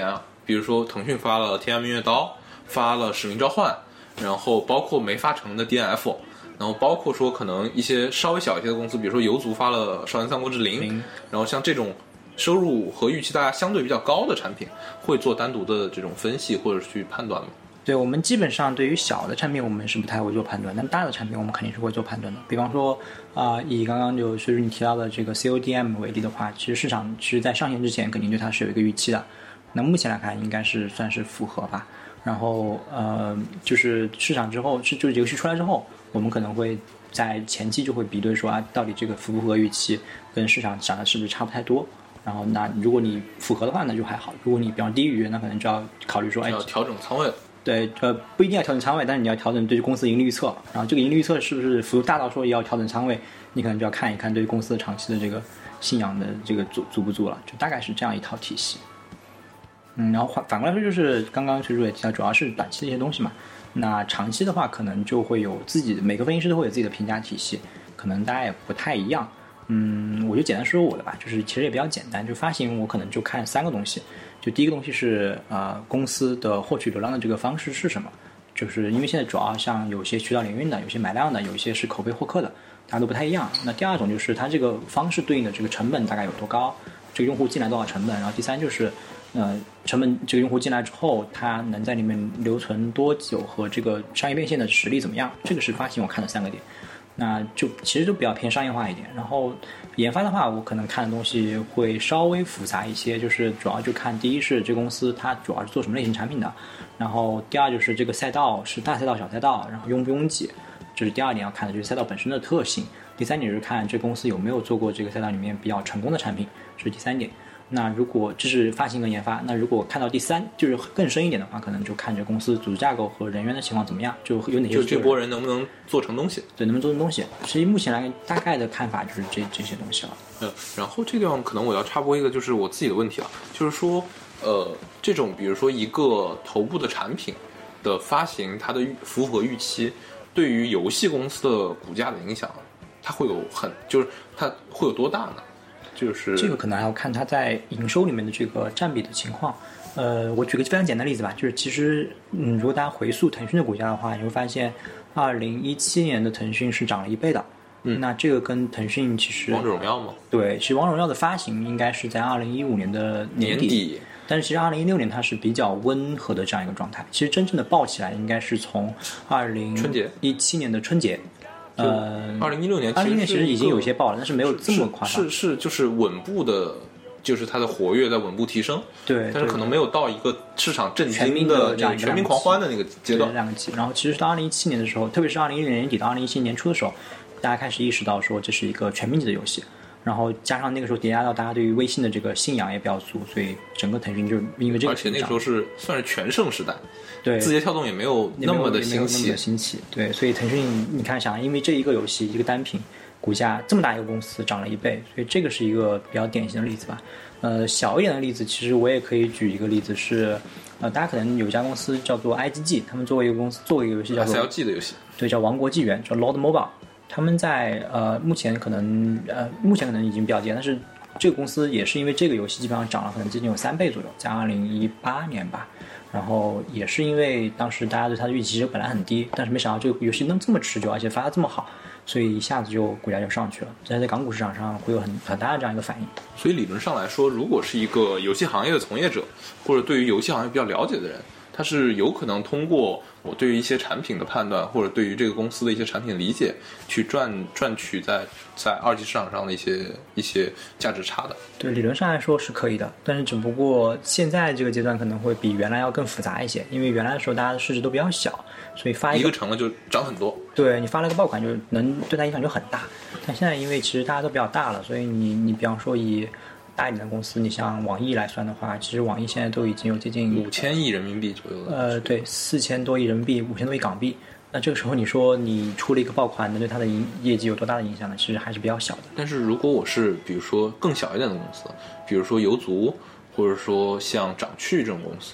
Speaker 1: 比如说腾讯发了《天涯明月刀》，发了《使命召唤》，然后包括没发成的 D N F， 然后包括说可能一些稍微小一些的公司，比如说游族发了《少年三国志零》，然后像这种收入和预期大家相对比较高的产品，会做单独的这种分析或者去判断吗？
Speaker 2: 对，我们基本上对于小的产品我们是不太会做判断，但大的产品我们肯定是会做判断的。比方说啊、呃，以刚刚就随着你提到的这个 C O D M 为例的话，其实市场其实在上线之前肯定对它是有一个预期的，那目前来看应该是算是符合吧。然后呃，就是市场之后是就是游戏出来之后，我们可能会在前期就会比对说啊，到底这个符不符合预期，跟市场涨的是不是差不太多。然后那如果你符合的话那就还好，如果你比方低于，那可能就要考虑说哎，
Speaker 1: 要调整仓位。
Speaker 2: 对，呃，不一定要调整仓位，但是你要调整对公司盈利预测。然后这个盈利预测是不是幅度大到说也要调整仓位，你可能就要看一看对公司的长期的这个信仰的这个足足不足了，就大概是这样一套体系。嗯，然后反反过来说，就是刚刚崔主也提到，主要是短期的一些东西嘛。那长期的话，可能就会有自己的每个分析师都会有自己的评价体系，可能大家也不太一样。嗯，我就简单说我的吧，就是其实也比较简单，就发行我可能就看三个东西。就第一个东西是呃公司的获取流量的这个方式是什么，就是因为现在主要像有些渠道联运的，有些买量的，有一些是口碑获客的，大家都不太一样。那第二种就是它这个方式对应的这个成本大概有多高，这个用户进来多少成本，然后第三就是呃成本这个用户进来之后，它能在里面留存多久和这个商业变现的实力怎么样，这个是发行我看的三个点。那就其实就比较偏商业化一点，然后研发的话我可能看的东西会稍微复杂一些，就是主要就看第一是这公司它主要是做什么类型产品的，然后第二就是这个赛道是大赛道小赛道，然后拥不拥挤，这是第二点要看的，就是赛道本身的特性。第三点就是看这公司有没有做过这个赛道里面比较成功的产品，这是第三点。那如果这是发行跟研发，那如果看到第三就是更深一点的话，可能就看这公司组织架构和人员的情况怎么样，就有哪些
Speaker 1: 就这波人能不能做成东西，
Speaker 2: 对，能不能做成东西。其实目前来看大概的看法就是这这些东西了。
Speaker 1: 嗯，然后这个地方可能我要插播一个就是我自己的问题了，就是说呃这种比如说一个头部的产品的发行，它的符合预期对于游戏公司的股价的影响，它会有很就是它会有多大呢？就是
Speaker 2: 这个可能还要看它在营收里面的这个占比的情况。呃，我举个非常简单的例子吧，就是其实，嗯，如果大家回溯腾讯的股价的话，你会发现，二零一七年的腾讯是涨了一倍的。嗯，那这个跟腾讯其实
Speaker 1: 王者荣耀吗？
Speaker 2: 对，其实王者荣耀的发行应该是在二零一五年的年底，
Speaker 1: 年底
Speaker 2: 但是其实二零一六年它是比较温和的这样一个状态。其实真正的爆起来应该是从二零
Speaker 1: 春节
Speaker 2: 一七年的春节。呃，
Speaker 1: 二零一六年，
Speaker 2: 二零一六年其实已经有一些爆了，但是没有这么夸张。
Speaker 1: 是是是，就是稳步的，就是它的活跃在稳步提升。
Speaker 2: 对，
Speaker 1: 但是可能没有到一个市场震
Speaker 2: 惊
Speaker 1: 的
Speaker 2: 这样
Speaker 1: 全民狂欢的那个阶段。
Speaker 2: 两个级，然后其实到二零一七年的时候，特别是二零一六年年底到二零一七年初的时候，大家开始意识到说这是一个全民级的游戏。然后加上那个时候叠加到大家对于微信的这个信仰也比较足，所以整个腾讯就因为这个，
Speaker 1: 而且那个时候是算是全盛时代，
Speaker 2: 对，
Speaker 1: 字节跳动也没有那么的兴起，
Speaker 2: 兴起，对，所以腾讯你看想，因为这一个游戏一个单品，股价这么大一个公司涨了一倍，所以这个是一个比较典型的例子吧。呃，小一点的例子，其实我也可以举一个例子是，呃，大家可能有一家公司叫做 I G G， 他们作为一个公司做一个游戏叫做
Speaker 1: S L G 的游戏，
Speaker 2: 对，叫王国纪元，叫 Lord Mobile。他们在呃目前可能呃目前可能已经比较低，但是这个公司也是因为这个游戏基本上涨了可能接近有三倍左右，在二零一八年吧。然后也是因为当时大家对它的预期其实本来很低，但是没想到这个游戏能这么持久，而且发的这么好，所以一下子就股价就上去了。在在港股市场上会有很很大的这样一个反应。
Speaker 1: 所以理论上来说，如果是一个游戏行业的从业者，或者对于游戏行业比较了解的人，他是有可能通过我对于一些产品的判断，或者对于这个公司的一些产品理解，去赚赚取在在二级市场上的一些一些价值差的。
Speaker 2: 对，理论上来说是可以的，但是只不过现在这个阶段可能会比原来要更复杂一些，因为原来的时候大家的市值都比较小，所以发一
Speaker 1: 个一个成了就涨很多。
Speaker 2: 对，你发了个爆款就能对它影响就很大，但现在因为其实大家都比较大了，所以你你比方说以大一点的公司，你像网易来算的话，其实网易现在都已经有接近
Speaker 1: 五千亿人民币左右的。
Speaker 2: 呃，对，四千多亿人民币，五千多亿港币。那这个时候你说你出了一个爆款，能对它的业绩有多大的影响呢？其实还是比较小的。
Speaker 1: 但是如果我是比如说更小一点的公司，比如说游族，或者说像掌趣这种公司，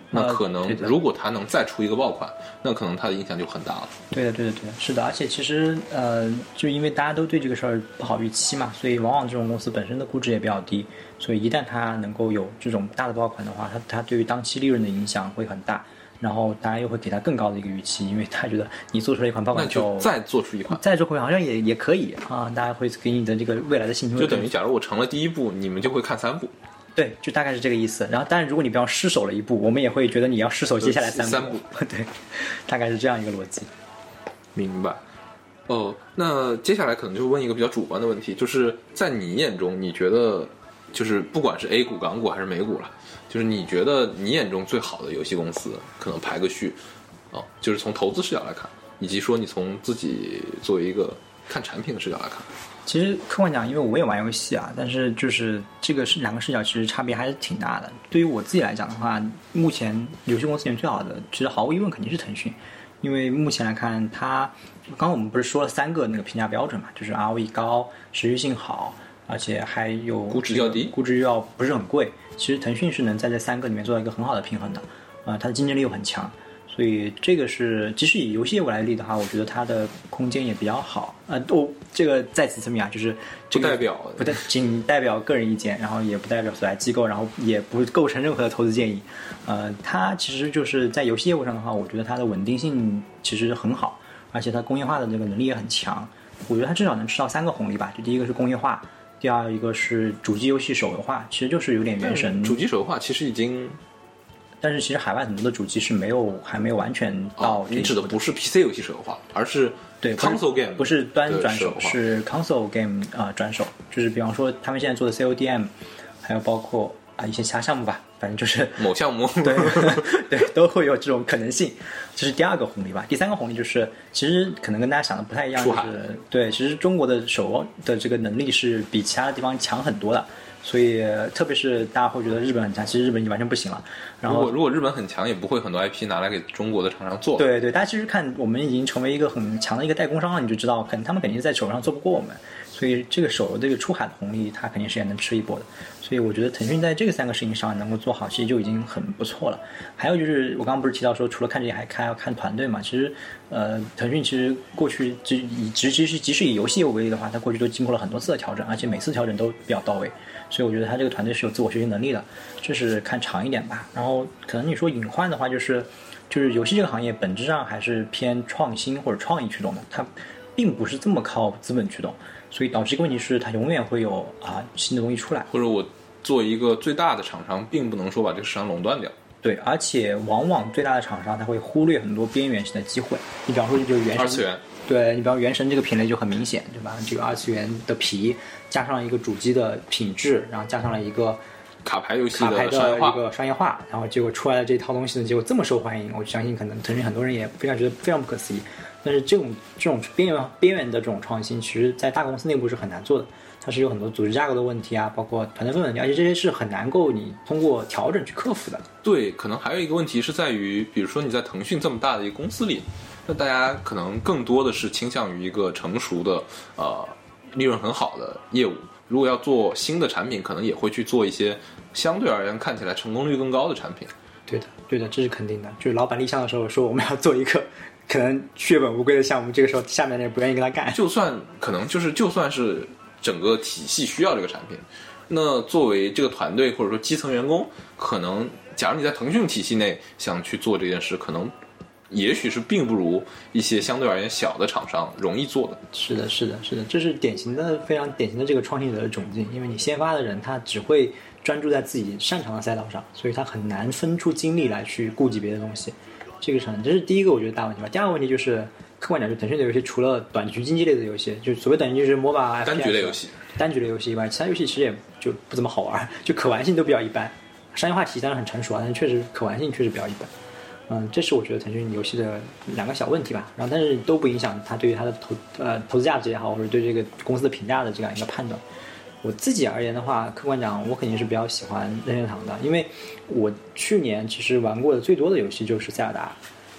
Speaker 1: 那可
Speaker 2: 呃
Speaker 1: 能如果它能再出一个爆款，那可能它的影响就很大了。
Speaker 2: 对的，对的，对的，是的。而且其实呃，就因为大家都对这个事儿不好预期嘛，所以往往这种公司本身的估值也比较低，所以一旦它能够有这种大的爆款的话，它它对于当期利润的影响会很大。然后大家又会给它更高的一个预期，因为他觉得你做出了一款爆款
Speaker 1: 那就再做出一款，
Speaker 2: 再做出一款好像也也可以啊，大家会给你的这个未来的信心，
Speaker 1: 就等于假如我成了第一部，你们就会看三部。
Speaker 2: 对，就大概是这个意思。然后，当然，如果你比方失手了一步，我们也会觉得你要失手接下来三部。
Speaker 1: 三部，
Speaker 2: 对，大概是这样一个逻辑。
Speaker 1: 明白。哦，那接下来可能就问一个比较主观的问题，就是在你眼中，你觉得就是不管是 A 股、港股还是美股了，就是你觉得你眼中最好的游戏公司，可能排个序，哦，就是从投资视角来看，以及说你从自己作为一个看产品的视角来看。
Speaker 2: 其实客观讲，因为我也玩游戏啊，但是就是这个是两个视角，其实差别还是挺大的。对于我自己来讲的话，目前游戏公司里面最好的，其实毫无疑问肯定是腾讯，因为目前来看，它刚刚我们不是说了三个那个评价标准嘛，就是 R O E 高、持续性好，而且还有
Speaker 1: 估值较低，
Speaker 2: 估值又要不是很贵。其实腾讯是能在这三个里面做到一个很好的平衡的，啊、呃，它的竞争力又很强。所以这个是，即使以游戏业务来例的话，我觉得它的空间也比较好。呃，哦，这个在此声明啊，就是这个
Speaker 1: 不代表
Speaker 2: 不代仅代表个人意见，然后也不代表所在机构，然后也不构成任何的投资建议。呃，它其实就是在游戏业务上的话，我觉得它的稳定性其实很好，而且它工业化的这个能力也很强。我觉得它至少能吃到三个红利吧，就第一个是工业化，第二一个是主机游戏手游化，其实就是有点原神。
Speaker 1: 主机手游化其实已经。
Speaker 2: 但是其实海外很多的主机是没有还没有完全到、
Speaker 1: 哦、你指的不是 P C 游戏手游化，而是
Speaker 2: 对
Speaker 1: console game
Speaker 2: 不是端转手，是 console game 啊、呃、转手，就是比方说他们现在做的 C O D M， 还有包括啊一些其他项目吧，反正就是
Speaker 1: 某项目
Speaker 2: 对对都会有这种可能性，这是第二个红利吧。第三个红利就是其实可能跟大家想的不太一样，就是对，其实中国的手游的这个能力是比其他的地方强很多的。所以，特别是大家会觉得日本很强，其实日本已经完全不行了。然后，
Speaker 1: 如果如果日本很强，也不会很多 I P 拿来给中国的厂商做。
Speaker 2: 对对，大家其实看我们已经成为一个很强的一个代工商了，你就知道，可能他们肯定在手上做不过我们。所以，这个手游这个出海的红利，它肯定是也能吃一波的。所以，我觉得腾讯在这个三个事情上能够做好，其实就已经很不错了。还有就是，我刚刚不是提到说，除了看这些，还看要看团队嘛？其实，呃，腾讯其实过去即以即即使即使以游戏业务为例的话，它过去都经过了很多次的调整，而且每次调整都比较到位。所以我觉得他这个团队是有自我学习能力的，这是看长一点吧。然后可能你说隐患的话，就是就是游戏这个行业本质上还是偏创新或者创意驱动的，它并不是这么靠资本驱动，所以导致一个问题是它永远会有啊新的东西出来。
Speaker 1: 或者我作为一个最大的厂商，并不能说把这个市场垄断掉。
Speaker 2: 对，而且往往最大的厂商他会忽略很多边缘性的机会。你比方说就原神，
Speaker 1: 二次元。
Speaker 2: 对，你比方原神这个品类就很明显，对吧？这个二次元的皮加上一个主机的品质，然后加上了一个
Speaker 1: 卡牌游戏
Speaker 2: 的
Speaker 1: 商业化，
Speaker 2: 一个商业化，然后结果出来的这套东西呢，结果这么受欢迎，我相信可能腾讯很多人也非常觉得非常不可思议。但是这种这种边缘边缘的这种创新，其实在大公司内部是很难做的，它是有很多组织架构的问题啊，包括团队氛围问题，而且这些是很难够你通过调整去克服的。
Speaker 1: 对，可能还有一个问题是在于，比如说你在腾讯这么大的一个公司里。那大家可能更多的是倾向于一个成熟的、呃，利润很好的业务。如果要做新的产品，可能也会去做一些相对而言看起来成功率更高的产品。
Speaker 2: 对的，对的，这是肯定的。就是老板立项的时候说我们要做一个可能血本无归的项目，这个时候下面的人不愿意跟他干。
Speaker 1: 就算可能就是就算是整个体系需要这个产品，那作为这个团队或者说基层员工，可能假如你在腾讯体系内想去做这件事，可能。也许是并不如一些相对而言小的厂商容易做的。
Speaker 2: 是的，是的，是的，这是典型的、非常典型的这个创新者的窘境。因为你先发的人，他只会专注在自己擅长的赛道上，所以他很难分出精力来去顾及别的东西。这个是这是第一个我觉得大问题吧。第二个问题就是客观讲，就腾讯的游戏除了短局竞技类的游戏，就所谓短局就是 M O B A、
Speaker 1: 单局类游戏、
Speaker 2: 单局类游戏以外，其他游戏其实也就不怎么好玩，就可玩性都比较一般。商业化体系当然很成熟啊，但是确实可玩性确实比较一般。嗯，这是我觉得腾讯游戏的两个小问题吧，然后但是都不影响它对于它的投呃投资价值也好，或者对这个公司的评价的这样一个判断。我自己而言的话，客观讲，我肯定是比较喜欢任天堂的，因为我去年其实玩过的最多的游戏就是塞尔达，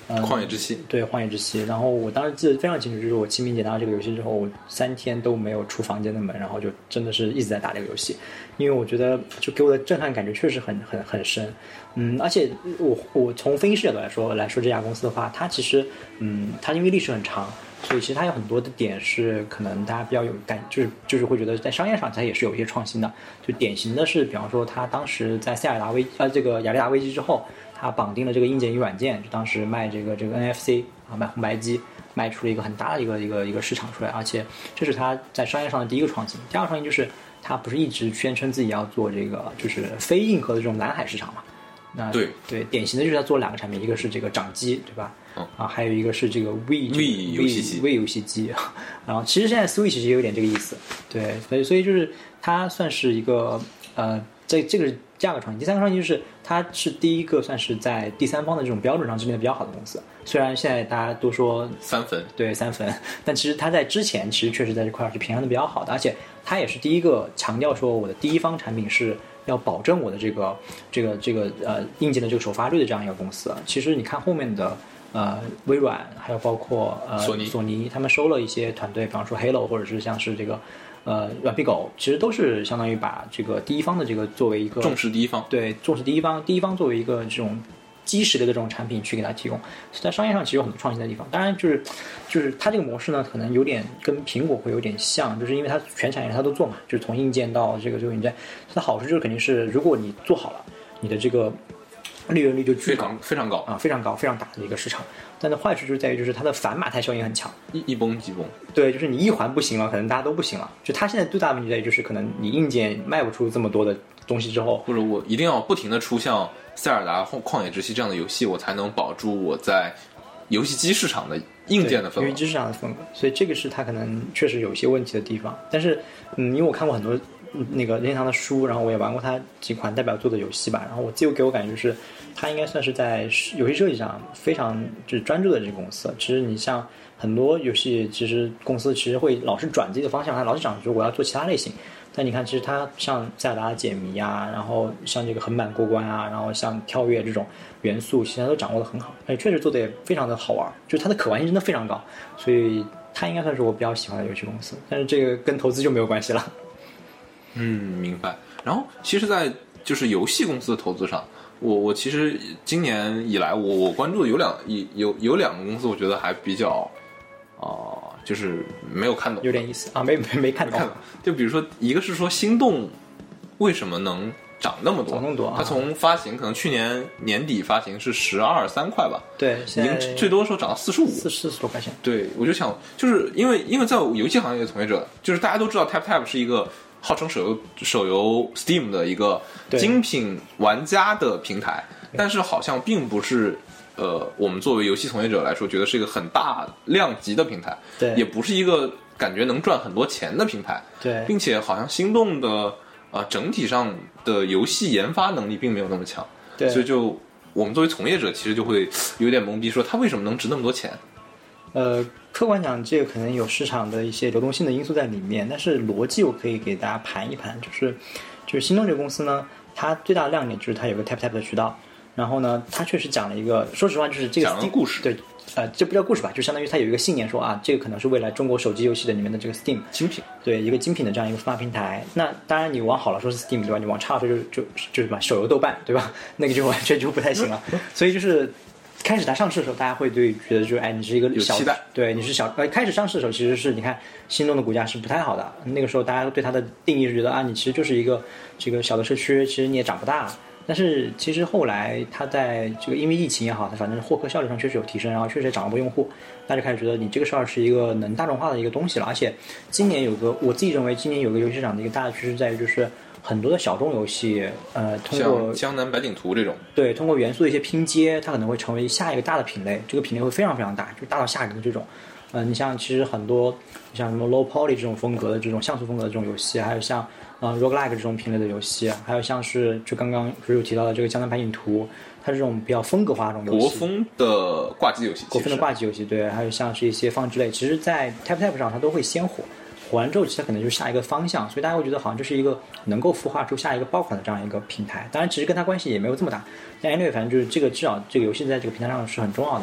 Speaker 2: 嗯，
Speaker 1: 旷野之息，
Speaker 2: 对，荒野之息。然后我当时记得非常清楚，就是我清明节拿到这个游戏之后，我三天都没有出房间的门，然后就真的是一直在打这个游戏，因为我觉得就给我的震撼感觉确实很很很深。嗯，而且我我从分析师角度来说来说这家公司的话，它其实嗯，它因为历史很长。所以其实它有很多的点是可能大家比较有感，就是就是会觉得在商业上它也是有一些创新的。就典型的是，比方说它当时在塞尔达危呃这个雅利达危机之后，它绑定了这个硬件与软件，就当时卖这个这个 N F C 啊，卖红白机，卖出了一个很大的一个一个一个市场出来，而且这是它在商业上的第一个创新。第二个创新就是它不是一直宣称自己要做这个就是非硬核的这种蓝海市场嘛？那
Speaker 1: 对
Speaker 2: 对，典型的就是它做两个产品，一个是这个掌机，对吧？嗯、啊，还有一个是这个 Wii
Speaker 1: Wii 游戏机
Speaker 2: ，Wii 游戏机。然后其实现在 Switch 也有点这个意思，对，所以所以就是它算是一个呃，这这个是第二个创新。第三个创新就是它是第一个算是在第三方的这种标准上制定的比较好的公司。虽然现在大家都说
Speaker 1: 三分，
Speaker 2: 对三分，但其实它在之前其实确实在这块是平衡的比较好的，而且它也是第一个强调说我的第一方产品是要保证我的这个这个这个呃硬件的这个首发率的这样一个公司。其实你看后面的呃微软，还有包括呃
Speaker 1: 索尼，
Speaker 2: 索尼他们收了一些团队，比方说 Halo 或者是像是这个呃软皮狗，其实都是相当于把这个第一方的这个作为一个
Speaker 1: 重视第一方，
Speaker 2: 对，重视第一方，第一方作为一个这种基石的这种产品去给它提供，在商业上其实有很多创新的地方。当然就是就是它这个模式呢，可能有点跟苹果会有点像，就是因为它全产业它都做嘛，就是从硬件到这个这个硬件，它的好处就是肯定是如果你做好了，你的这个利润率就巨高，
Speaker 1: 非常高
Speaker 2: 啊，非常高，非常大的一个市场。但是坏处就是在于，就是它的反马太效应很强，
Speaker 1: 一一崩即崩。
Speaker 2: 对，就是你一环不行了，可能大家都不行了。就它现在最大的问题在于，就是可能你硬件卖不出这么多的东西之后，
Speaker 1: 或者我一定要不停的出像塞尔达、旷野之息这样的游戏，我才能保住我在游戏机市场的硬件的份额，
Speaker 2: 游戏机市场的份额。所以这个是它可能确实有一些问题的地方。但是，嗯，因为我看过很多那个任天堂的书，然后我也玩过它几款代表作的游戏吧，然后我自己给我感觉就是，它应该算是在游戏设计上非常就是专注的这个公司。其实你像很多游戏，其实公司其实会老是转自己的方向，它老是想说我要做其他类型。但你看，其实它像塞尔达的解谜啊，然后像这个横版过关啊，然后像跳跃这种元素，其实它都掌握得很好，而且确实做的也非常的好玩，就是它的可玩性真的非常高，所以它应该算是我比较喜欢的游戏公司。但是这个跟投资就没有关系了。
Speaker 1: 嗯，明白。然后其实，在就是游戏公司的投资上，我我其实今年以来，我我关注的有两有有两个公司，我觉得还比较啊、呃，就是没有看懂，
Speaker 2: 有点意思啊，没没没看懂。
Speaker 1: 就比如说，一个是说心动为什么能涨那么多？
Speaker 2: 涨那么多、啊，
Speaker 1: 它从发行可能去年年底发行是十二三块吧，
Speaker 2: 对，
Speaker 1: 已经最多的时候涨到四十五，
Speaker 2: 四四十多块钱。
Speaker 1: 对，我就想，就是因为因为在游戏行业的从业者，就是大家都知道 TapTap 是一个号称手游手游 Steam 的一个精品玩家的平台，但是好像并不是。呃，我们作为游戏从业者来说，觉得是一个很大量级的平台，
Speaker 2: 对，
Speaker 1: 也不是一个感觉能赚很多钱的平台，
Speaker 2: 对，
Speaker 1: 并且好像心动的呃整体上的游戏研发能力并没有那么强，
Speaker 2: 对，
Speaker 1: 所以就我们作为从业者，其实就会有点懵逼，说它为什么能值那么多钱？
Speaker 2: 呃，客观讲，这个可能有市场的一些流动性的因素在里面，但是逻辑我可以给大家盘一盘，就是就是心动这个公司呢，它最大的亮点就是它有个 TapTap 的渠道。然后呢，他确实讲了一个，说实话，就是这个
Speaker 1: 讲了故事，
Speaker 2: 对，呃，这不叫故事吧，就相当于他有一个信念说啊，这个可能是未来中国手机游戏的里面的这个 Steam
Speaker 1: 精品，
Speaker 2: 对，一个精品的这样一个发平台。那当然，你往好了说是 Steam 对吧？你往差了说就就就是吧，手游豆瓣对吧？那个就完全就不太行了。所以就是开始它上市的时候，大家会对觉得就是哎，你是一个小
Speaker 1: 有期待，
Speaker 2: 对，你是小呃，开始上市的时候其实是你看心动的股价是不太好的，那个时候大家对它的定义是觉得啊，你其实就是一个这个小的社区，其实你也长不大。但是其实后来他在这个因为疫情也好，他反正获客效率上确实有提升，然后确实也涨了波用户，大家就开始觉得你这个事儿是一个能大众化的一个东西了。而且今年有个我自己认为今年有个游戏市场的一个大的趋势在于，就是很多的小众游戏，呃，通过
Speaker 1: 像江南百景图这种，
Speaker 2: 对，通过元素的一些拼接，它可能会成为下一个大的品类，这个品类会非常非常大，就大到吓人的这种。嗯、呃，你像其实很多像什么 low poly 这种风格的这种像素风格的这种游戏，还有像呃 roguelike 这种品类的游戏，还有像是就刚刚不是有提到的这个江南百景图，它这种比较风格化这种游戏，
Speaker 1: 国风的挂机游戏，
Speaker 2: 国风的挂机游戏，对，还有像是一些放置类，其实在 TapTap 上它都会先火，火完之后其实它可能就是下一个方向，所以大家会觉得好像这是一个能够孵化出下一个爆款的这样一个平台。当然其实跟它关系也没有这么大，但 anyway 反正就是这个至少这个游戏在这个平台上是很重要的。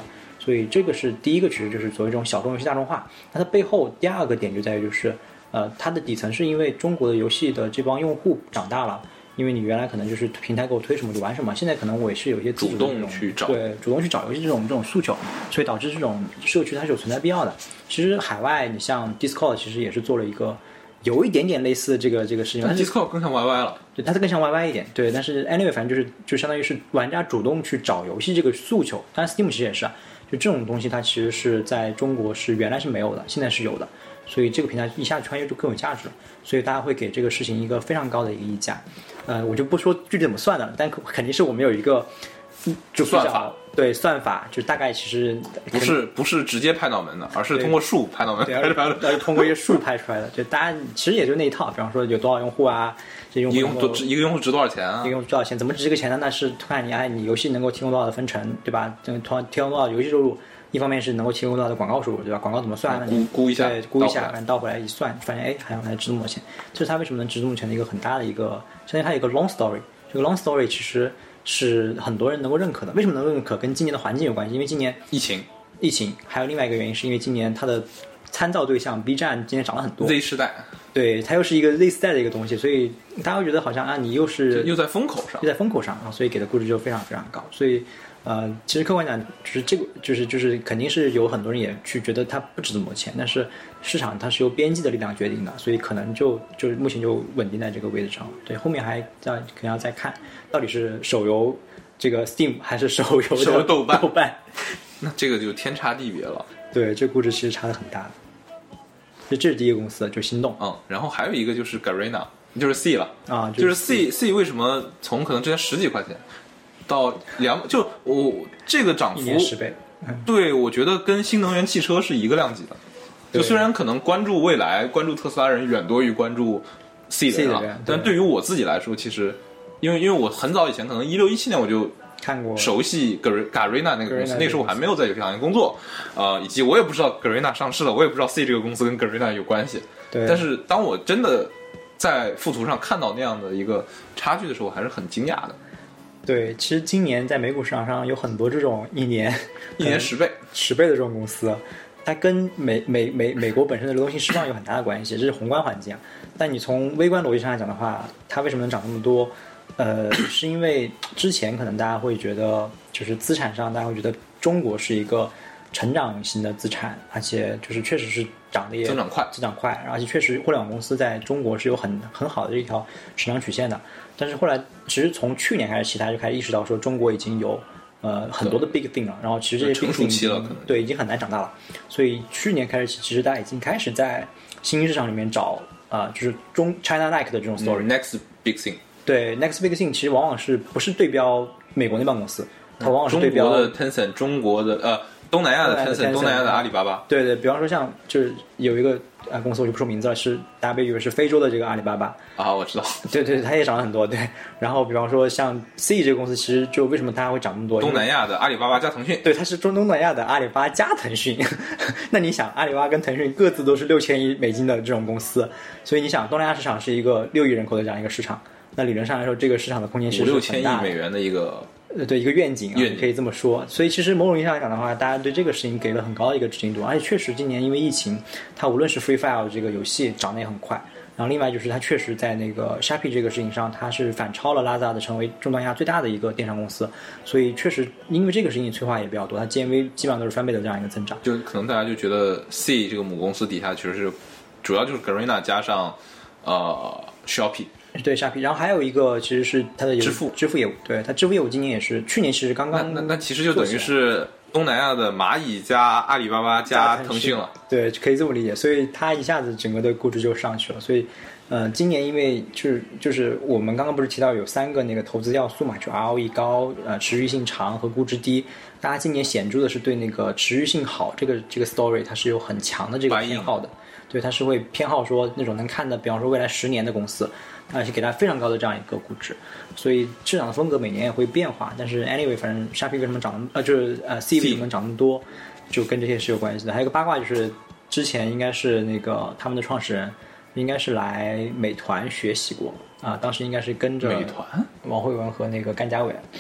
Speaker 2: 所以这个是第一个趋势，就是所谓这种小众游戏大众化。那它背后第二个点就在于就是，呃，它的底层是因为中国的游戏的这帮用户长大了，因为你原来可能就是平台给我推什么就玩什么，现在可能我也是有一些自
Speaker 1: 主动去找，
Speaker 2: 对，主动去找游戏这种这种诉求，所以导致这种社区它是有存在必要的。其实海外你像 Discord 其实也是做了一个有一点点类似这个这个事情，但
Speaker 1: Discord 更像 Y Y 了，
Speaker 2: 对，它是更像 Y Y 一点，对，但是 anyway 反正就是就相当于是玩家主动去找游戏这个诉求，当然 Steam 其实也是啊，就这种东西它其实是在中国是原来是没有的，现在是有的，所以这个平台一下穿越就更有价值了，所以大家会给这个事情一个非常高的一个溢价，呃，我就不说具体怎么算的了，但肯定是我们有一个就
Speaker 1: 算法，
Speaker 2: 对算法，就大概其实
Speaker 1: 不是不是直接拍脑门的，而是通过数拍脑门拍出来的，
Speaker 2: 而是通过一些数拍出来的，就大家其实也就那一套，比方说有多少用户啊，这用户
Speaker 1: 一个用户一个用户值多少钱啊？
Speaker 2: 一个用户值多少钱？怎么值这个钱呢？那是看你哎，你游戏能够提供多少的分成，对吧？这个提供多少游戏收入？一方面是能够提供多少的广告收入，对吧？广告怎么算呢？
Speaker 1: 估估一下，
Speaker 2: 对，估一下，反正倒回来一算，发现哎，好像还值这么多钱。这是它为什么能值这么多钱的一个很大的一个，相当于它有一个 long story。这个 long story 其实是很多人能够认可的。为什么能认可？跟今年的环境有关系，因为今年
Speaker 1: 疫情，
Speaker 2: 疫情，还有另外一个原因是因为今年它的参照对象 B 站今年涨了很多。
Speaker 1: Z 时代，
Speaker 2: 对，它又是一个 Z 时代的一个东西，所以大家会觉得好像啊，你又是
Speaker 1: 又在风口上，
Speaker 2: 又在风口上啊，所以给的估值就非常非常高。所以呃，其实客观讲，就是这个，就是就是肯定是有很多人也去觉得它不值这么多钱，但是市场它是由边际的力量决定的，所以可能就就是目前就稳定在这个位置上。对，后面还在可能要再看到底是手游这个 Steam 还是手游的
Speaker 1: 豆瓣，
Speaker 2: 豆瓣，
Speaker 1: 那这个就天差地别了。
Speaker 2: 对，这估值其实差的很大。这这是第一个公司，就心动。
Speaker 1: 嗯，然后还有一个就是 Garena， 就是 C 了
Speaker 2: 啊，
Speaker 1: 就是 C C 为什么从可能之前十几块钱到两，就我这个涨幅
Speaker 2: 一年十倍，
Speaker 1: 嗯、对，我觉得跟新能源汽车是一个量级的。就虽然可能关注未来、关注特斯拉人远多于关注 C 的人，人但对于我自己来说，其实因为因为我很早以前，可能一六一七年我就
Speaker 2: 看过
Speaker 1: 熟悉 Garena 那个公司，那时候我还没有在游戏行业工作，呃，以及我也不知道 Garena 上市了，我也不知道 C 这个公司跟 Garena 有关系。
Speaker 2: 对，
Speaker 1: 但是当我真的在附图上看到那样的一个差距的时候，还是很惊讶的。
Speaker 2: 对，其实今年在美股市场上有很多这种一年
Speaker 1: 一年十倍、
Speaker 2: 十倍的这种公司，它跟美美美美国本身的流动性释放有很大的关系，这是宏观环境啊。但你从微观逻辑上来讲的话，它为什么能涨那么多？呃，是因为之前可能大家会觉得，就是资产上大家会觉得中国是一个成长型的资产，而且就是确实是涨得也
Speaker 1: 增长快，
Speaker 2: 增长快，而且确实互联网公司在中国是有很很好的一条成长曲线的。但是后来，其实从去年开始，其他就开始意识到说，中国已经有呃很多的 big thing 了，然后其实这些 big thing
Speaker 1: 期了，可能
Speaker 2: 对已经很难长大了。所以去年开始起，其实大家已经开始在新兴市场里面找啊、呃，就是中 China like 的这种 story、
Speaker 1: 嗯、next big thing。
Speaker 2: 对 next big thing 其实往往是不是对标美国那帮公司，它往往是对标
Speaker 1: 中国的 Tencent， 中国的呃东南亚的 Tencent， 东南亚的阿里巴巴。
Speaker 2: 对对，比方说像就是有一个呃公司我就不说名字了，是大家被以为是非洲的这个阿里巴巴
Speaker 1: 啊，我知道。
Speaker 2: 对对，它也涨了很多。对，然后比方说像 C 这个公司，其实就为什么它会涨那么多？
Speaker 1: 东南亚的阿里巴巴加腾讯。
Speaker 2: 对，它是中东南亚的阿里巴巴加腾讯。那你想，阿里巴巴跟腾讯各自都是六千亿美金的这种公司，所以你想，东南亚市场是一个六亿人口的这样一个市场。那理论上来说，这个市场的空间其实是很大的，
Speaker 1: 五六千亿美元的一个，
Speaker 2: 呃，对一个愿景啊，你可以这么说。所以其实某种意义上来讲的话，大家对这个事情给了很高的一个知名度，而且确实今年因为疫情，它无论是 Free Fire 这个游戏涨得也很快，然后另外就是它确实在那个 Shopee 这个事情上，它是反超了 Lazada 成为中东亚最大的一个电商公司，所以确实因为这个事情催化也比较多，它 G M V 基本上都是翻倍的这样一个增长。
Speaker 1: 就可能大家就觉得 C 这个母公司底下其实是主要就是 Garena 加上呃 Shopee。
Speaker 2: 对 Shopee， 然后还有一个其实是它的
Speaker 1: 支付
Speaker 2: 支付业务，对它支付业务今年也是去年其实刚刚
Speaker 1: 那那那其实就等于是东南亚的蚂蚁加阿里巴巴加腾讯了，
Speaker 2: 对，可以这么理解，所以它一下子整个的估值就上去了。所以，呃，今年因为就是就是我们刚刚不是提到有三个那个投资要素嘛，就 R O E 高、呃持续性长和估值低。大家今年显著的是对那个持续性好这个这个 story 它是有很强的这个偏好的，对，它是会偏好说那种能看的，比方说未来十年的公司。而且给它非常高的这样一个估值，所以市场的风格每年也会变化。但是 anyway， 反正 Shopee 为什么涨那么呃就是呃 C 为什么涨那么多，就跟这些是有关系的。还有一个八卦就是，之前应该是那个他们的创始人应该是来美团学习过啊，当时应该是跟着
Speaker 1: 美团
Speaker 2: 王慧文和那个甘家伟。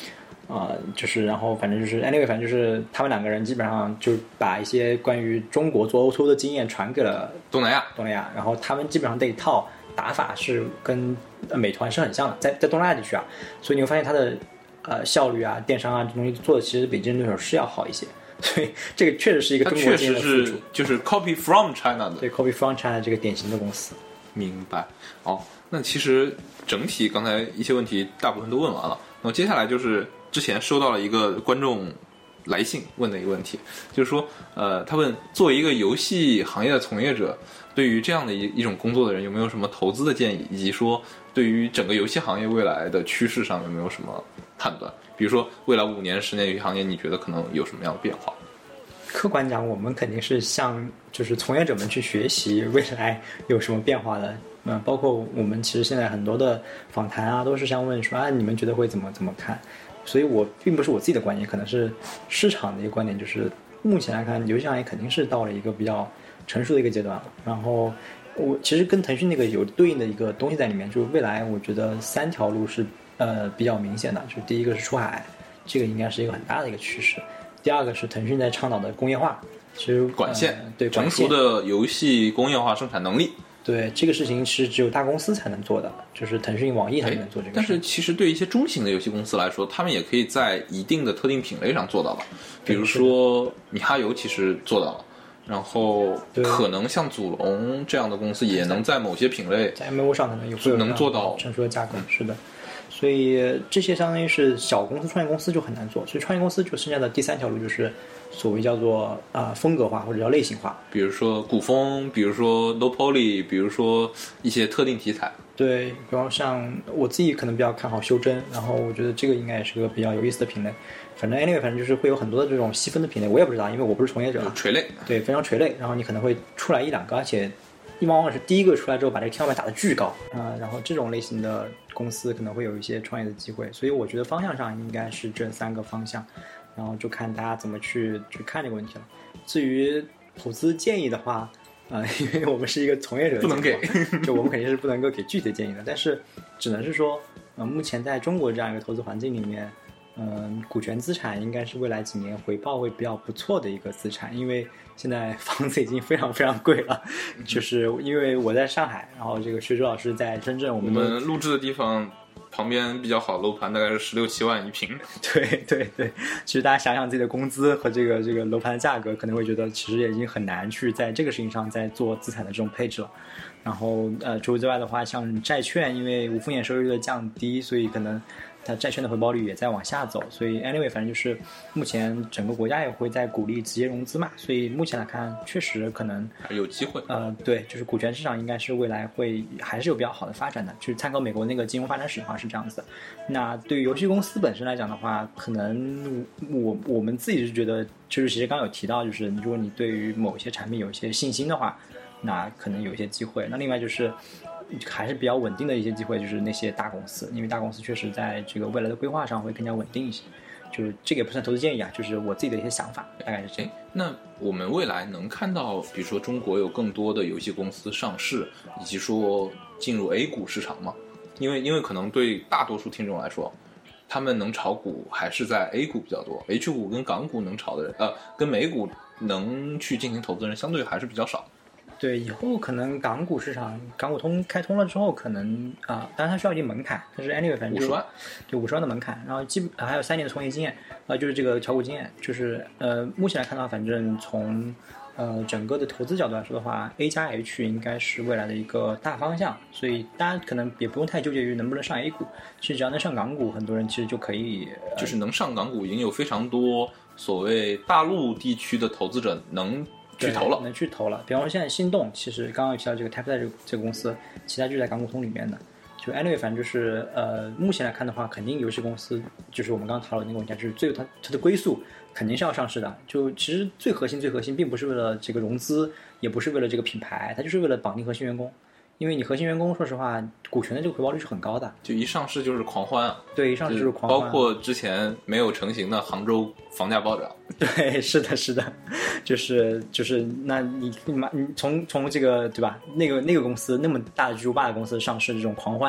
Speaker 2: 啊、呃，就是然后反正就是 anyway， 反正就是他们两个人基本上就把一些关于中国做 O to O 的经验传给了
Speaker 1: 东南亚，
Speaker 2: 东南亚，然后他们基本上这一套打法是跟美团是很像的，在在东南亚地区啊，所以你会发现它的呃效率啊、电商啊这东西做的其实比竞争对手是要好一些，所以这个确实是一个中国经验的付出，
Speaker 1: 就是 copy from China 的，
Speaker 2: 对 copy from China 这个典型的公司。
Speaker 1: 明白。哦，那其实整体刚才一些问题大部分都问完了，那么接下来就是之前收到了一个观众来信问的一个问题，就是说，呃，他问作为一个游戏行业的从业者，对于这样的一一种工作的人有没有什么投资的建议，以及说对于整个游戏行业未来的趋势上有没有什么判断？比如说未来五年、十年游戏行业，你觉得可能有什么样的变化？
Speaker 2: 客观讲，我们肯定是向就是从业者们去学习未来有什么变化的。嗯，包括我们其实现在很多的访谈啊，都是想问说啊，你们觉得会怎么怎么看？所以我并不是我自己的观点，可能是市场的一个观点，就是目前来看，游戏行业肯定是到了一个比较成熟的一个阶段了。然后我其实跟腾讯那个有对应的一个东西在里面，就是未来我觉得三条路是呃比较明显的，就是第一个是出海，这个应该是一个很大的一个趋势。第二个是腾讯在倡导的工业化，其实
Speaker 1: 管线、
Speaker 2: 呃、对
Speaker 1: 成熟的游戏工业化生产能力。
Speaker 2: 对，这个事情是只有大公司才能做的，就是腾讯、网易才能做这个事。
Speaker 1: 但是其实对一些中型的游戏公司来说，他们也可以在一定的特定品类上做到了，比如说米哈游其实做到了，然后可能像祖龙这样的公司也能在某些品类
Speaker 2: 在 M O 上可能有
Speaker 1: 能做到
Speaker 2: 成熟的架构，是的。所以这些相当于是小公司、创业公司就很难做，所以创业公司就剩下的第三条路就是所谓叫做啊、呃、风格化或者叫类型化，
Speaker 1: 比如说古风，比如说 low poly， 比如说一些特定题材。
Speaker 2: 对，比方像我自己可能比较看好修真，然后我觉得这个应该也是个比较有意思的品类。反正 anyway， 反正就是会有很多的这种细分的品类，我也不知道，因为我不是从业者。
Speaker 1: 垂类，
Speaker 2: 对，非常垂类。然后你可能会出来一两个，而且一往往是第一个出来之后把这个天花板打得巨高啊、呃，然后这种类型的公司可能会有一些创业的机会。所以我觉得方向上应该是这三个方向，然后就看大家怎么去去看这个问题了。至于投资建议的话，啊、呃，因为我们是一个从业者，
Speaker 1: 不能给，
Speaker 2: 就我们肯定是不能够给具体的建议的。但是只能是说，呃，目前在中国这样一个投资环境里面，嗯、呃，股权资产应该是未来几年回报会比较不错的一个资产，因为现在房子已经非常非常贵了。就是因为我在上海，然后这个薛周老师在深圳，我们
Speaker 1: 我们录制的地方旁边比较好，楼盘大概是十六七万一平。
Speaker 2: 对对对，其实大家想想自己的工资和这个这个楼盘的价格，可能会觉得其实也已经很难去在这个事情上再做资产的这种配置了。然后呃，除此之外的话，像债券，因为无风险收益率的降低，所以可能它债券的回报率也在往下走。所以 anyway， 反正就是目前整个国家也会在鼓励直接融资嘛，所以目前来看，确实可能
Speaker 1: 有机会。
Speaker 2: 呃，对，就是股权市场应该是未来会还是有比较好的发展的，就是参考美国那个金融发展史的话是这样子的。那对于游戏公司本身来讲的话，可能我我们自己是觉得，就是其实刚刚有提到，就是如果你对于某些产品有一些信心的话，那可能有一些机会。那另外就是还是比较稳定的一些机会，就是那些大公司，因为大公司确实在这个未来的规划上会更加稳定一些。就是这个也不算投资建议啊，就是我自己的一些想法，大概是这样。
Speaker 1: 那我们未来能看到，比如说中国有更多的游戏公司上市，以及说进入 A 股市场吗？因为因为可能对大多数听众来说，他们能炒股还是在 A 股比较多 ，H 股跟港股能炒的人，呃，跟美股能去进行投资的人相对还是比较少。
Speaker 2: 对，以后可能港股市场，港股通开通了之后，可能啊、呃，当然它需要一定门槛，但是 anyway 反正就
Speaker 1: 五十万，
Speaker 2: 就五十万的门槛，然后基本、呃、还有三年的从业经验，呃，就是这个炒股经验，就是呃，目前来看的话，反正从呃整个的投资角度来说的话 ，A 加 H 应该是未来的一个大方向，所以大家可能也不用太纠结于能不能上 A 股，其实只要能上港股，很多人其实就可以，呃、
Speaker 1: 就是能上港股已经有非常多所谓大陆地区的投资者能。去投了，
Speaker 2: 能去投了。比方说现在心动，其实刚刚有提到这个 TapTap 这个这个公司，其他就在港股通里面的。就 anyway， 反正就是呃，目前来看的话，肯定游戏公司就是我们刚刚讨论那个问题，就是最它它的归宿肯定是要上市的。就其实最核心最核心，并不是为了这个融资，也不是为了这个品牌，它就是为了绑定核心员工。因为你核心员工，说实话，股权的这个回报率是很高的，
Speaker 1: 就一上市就是狂欢啊！
Speaker 2: 对，一上市就是狂欢，
Speaker 1: 包括之前没有成型的杭州房价暴涨。
Speaker 2: 对，是的，是的，就是就是，那你你你从从这个对吧？那个那个公司那么大的巨无霸的公司上市，这种狂欢，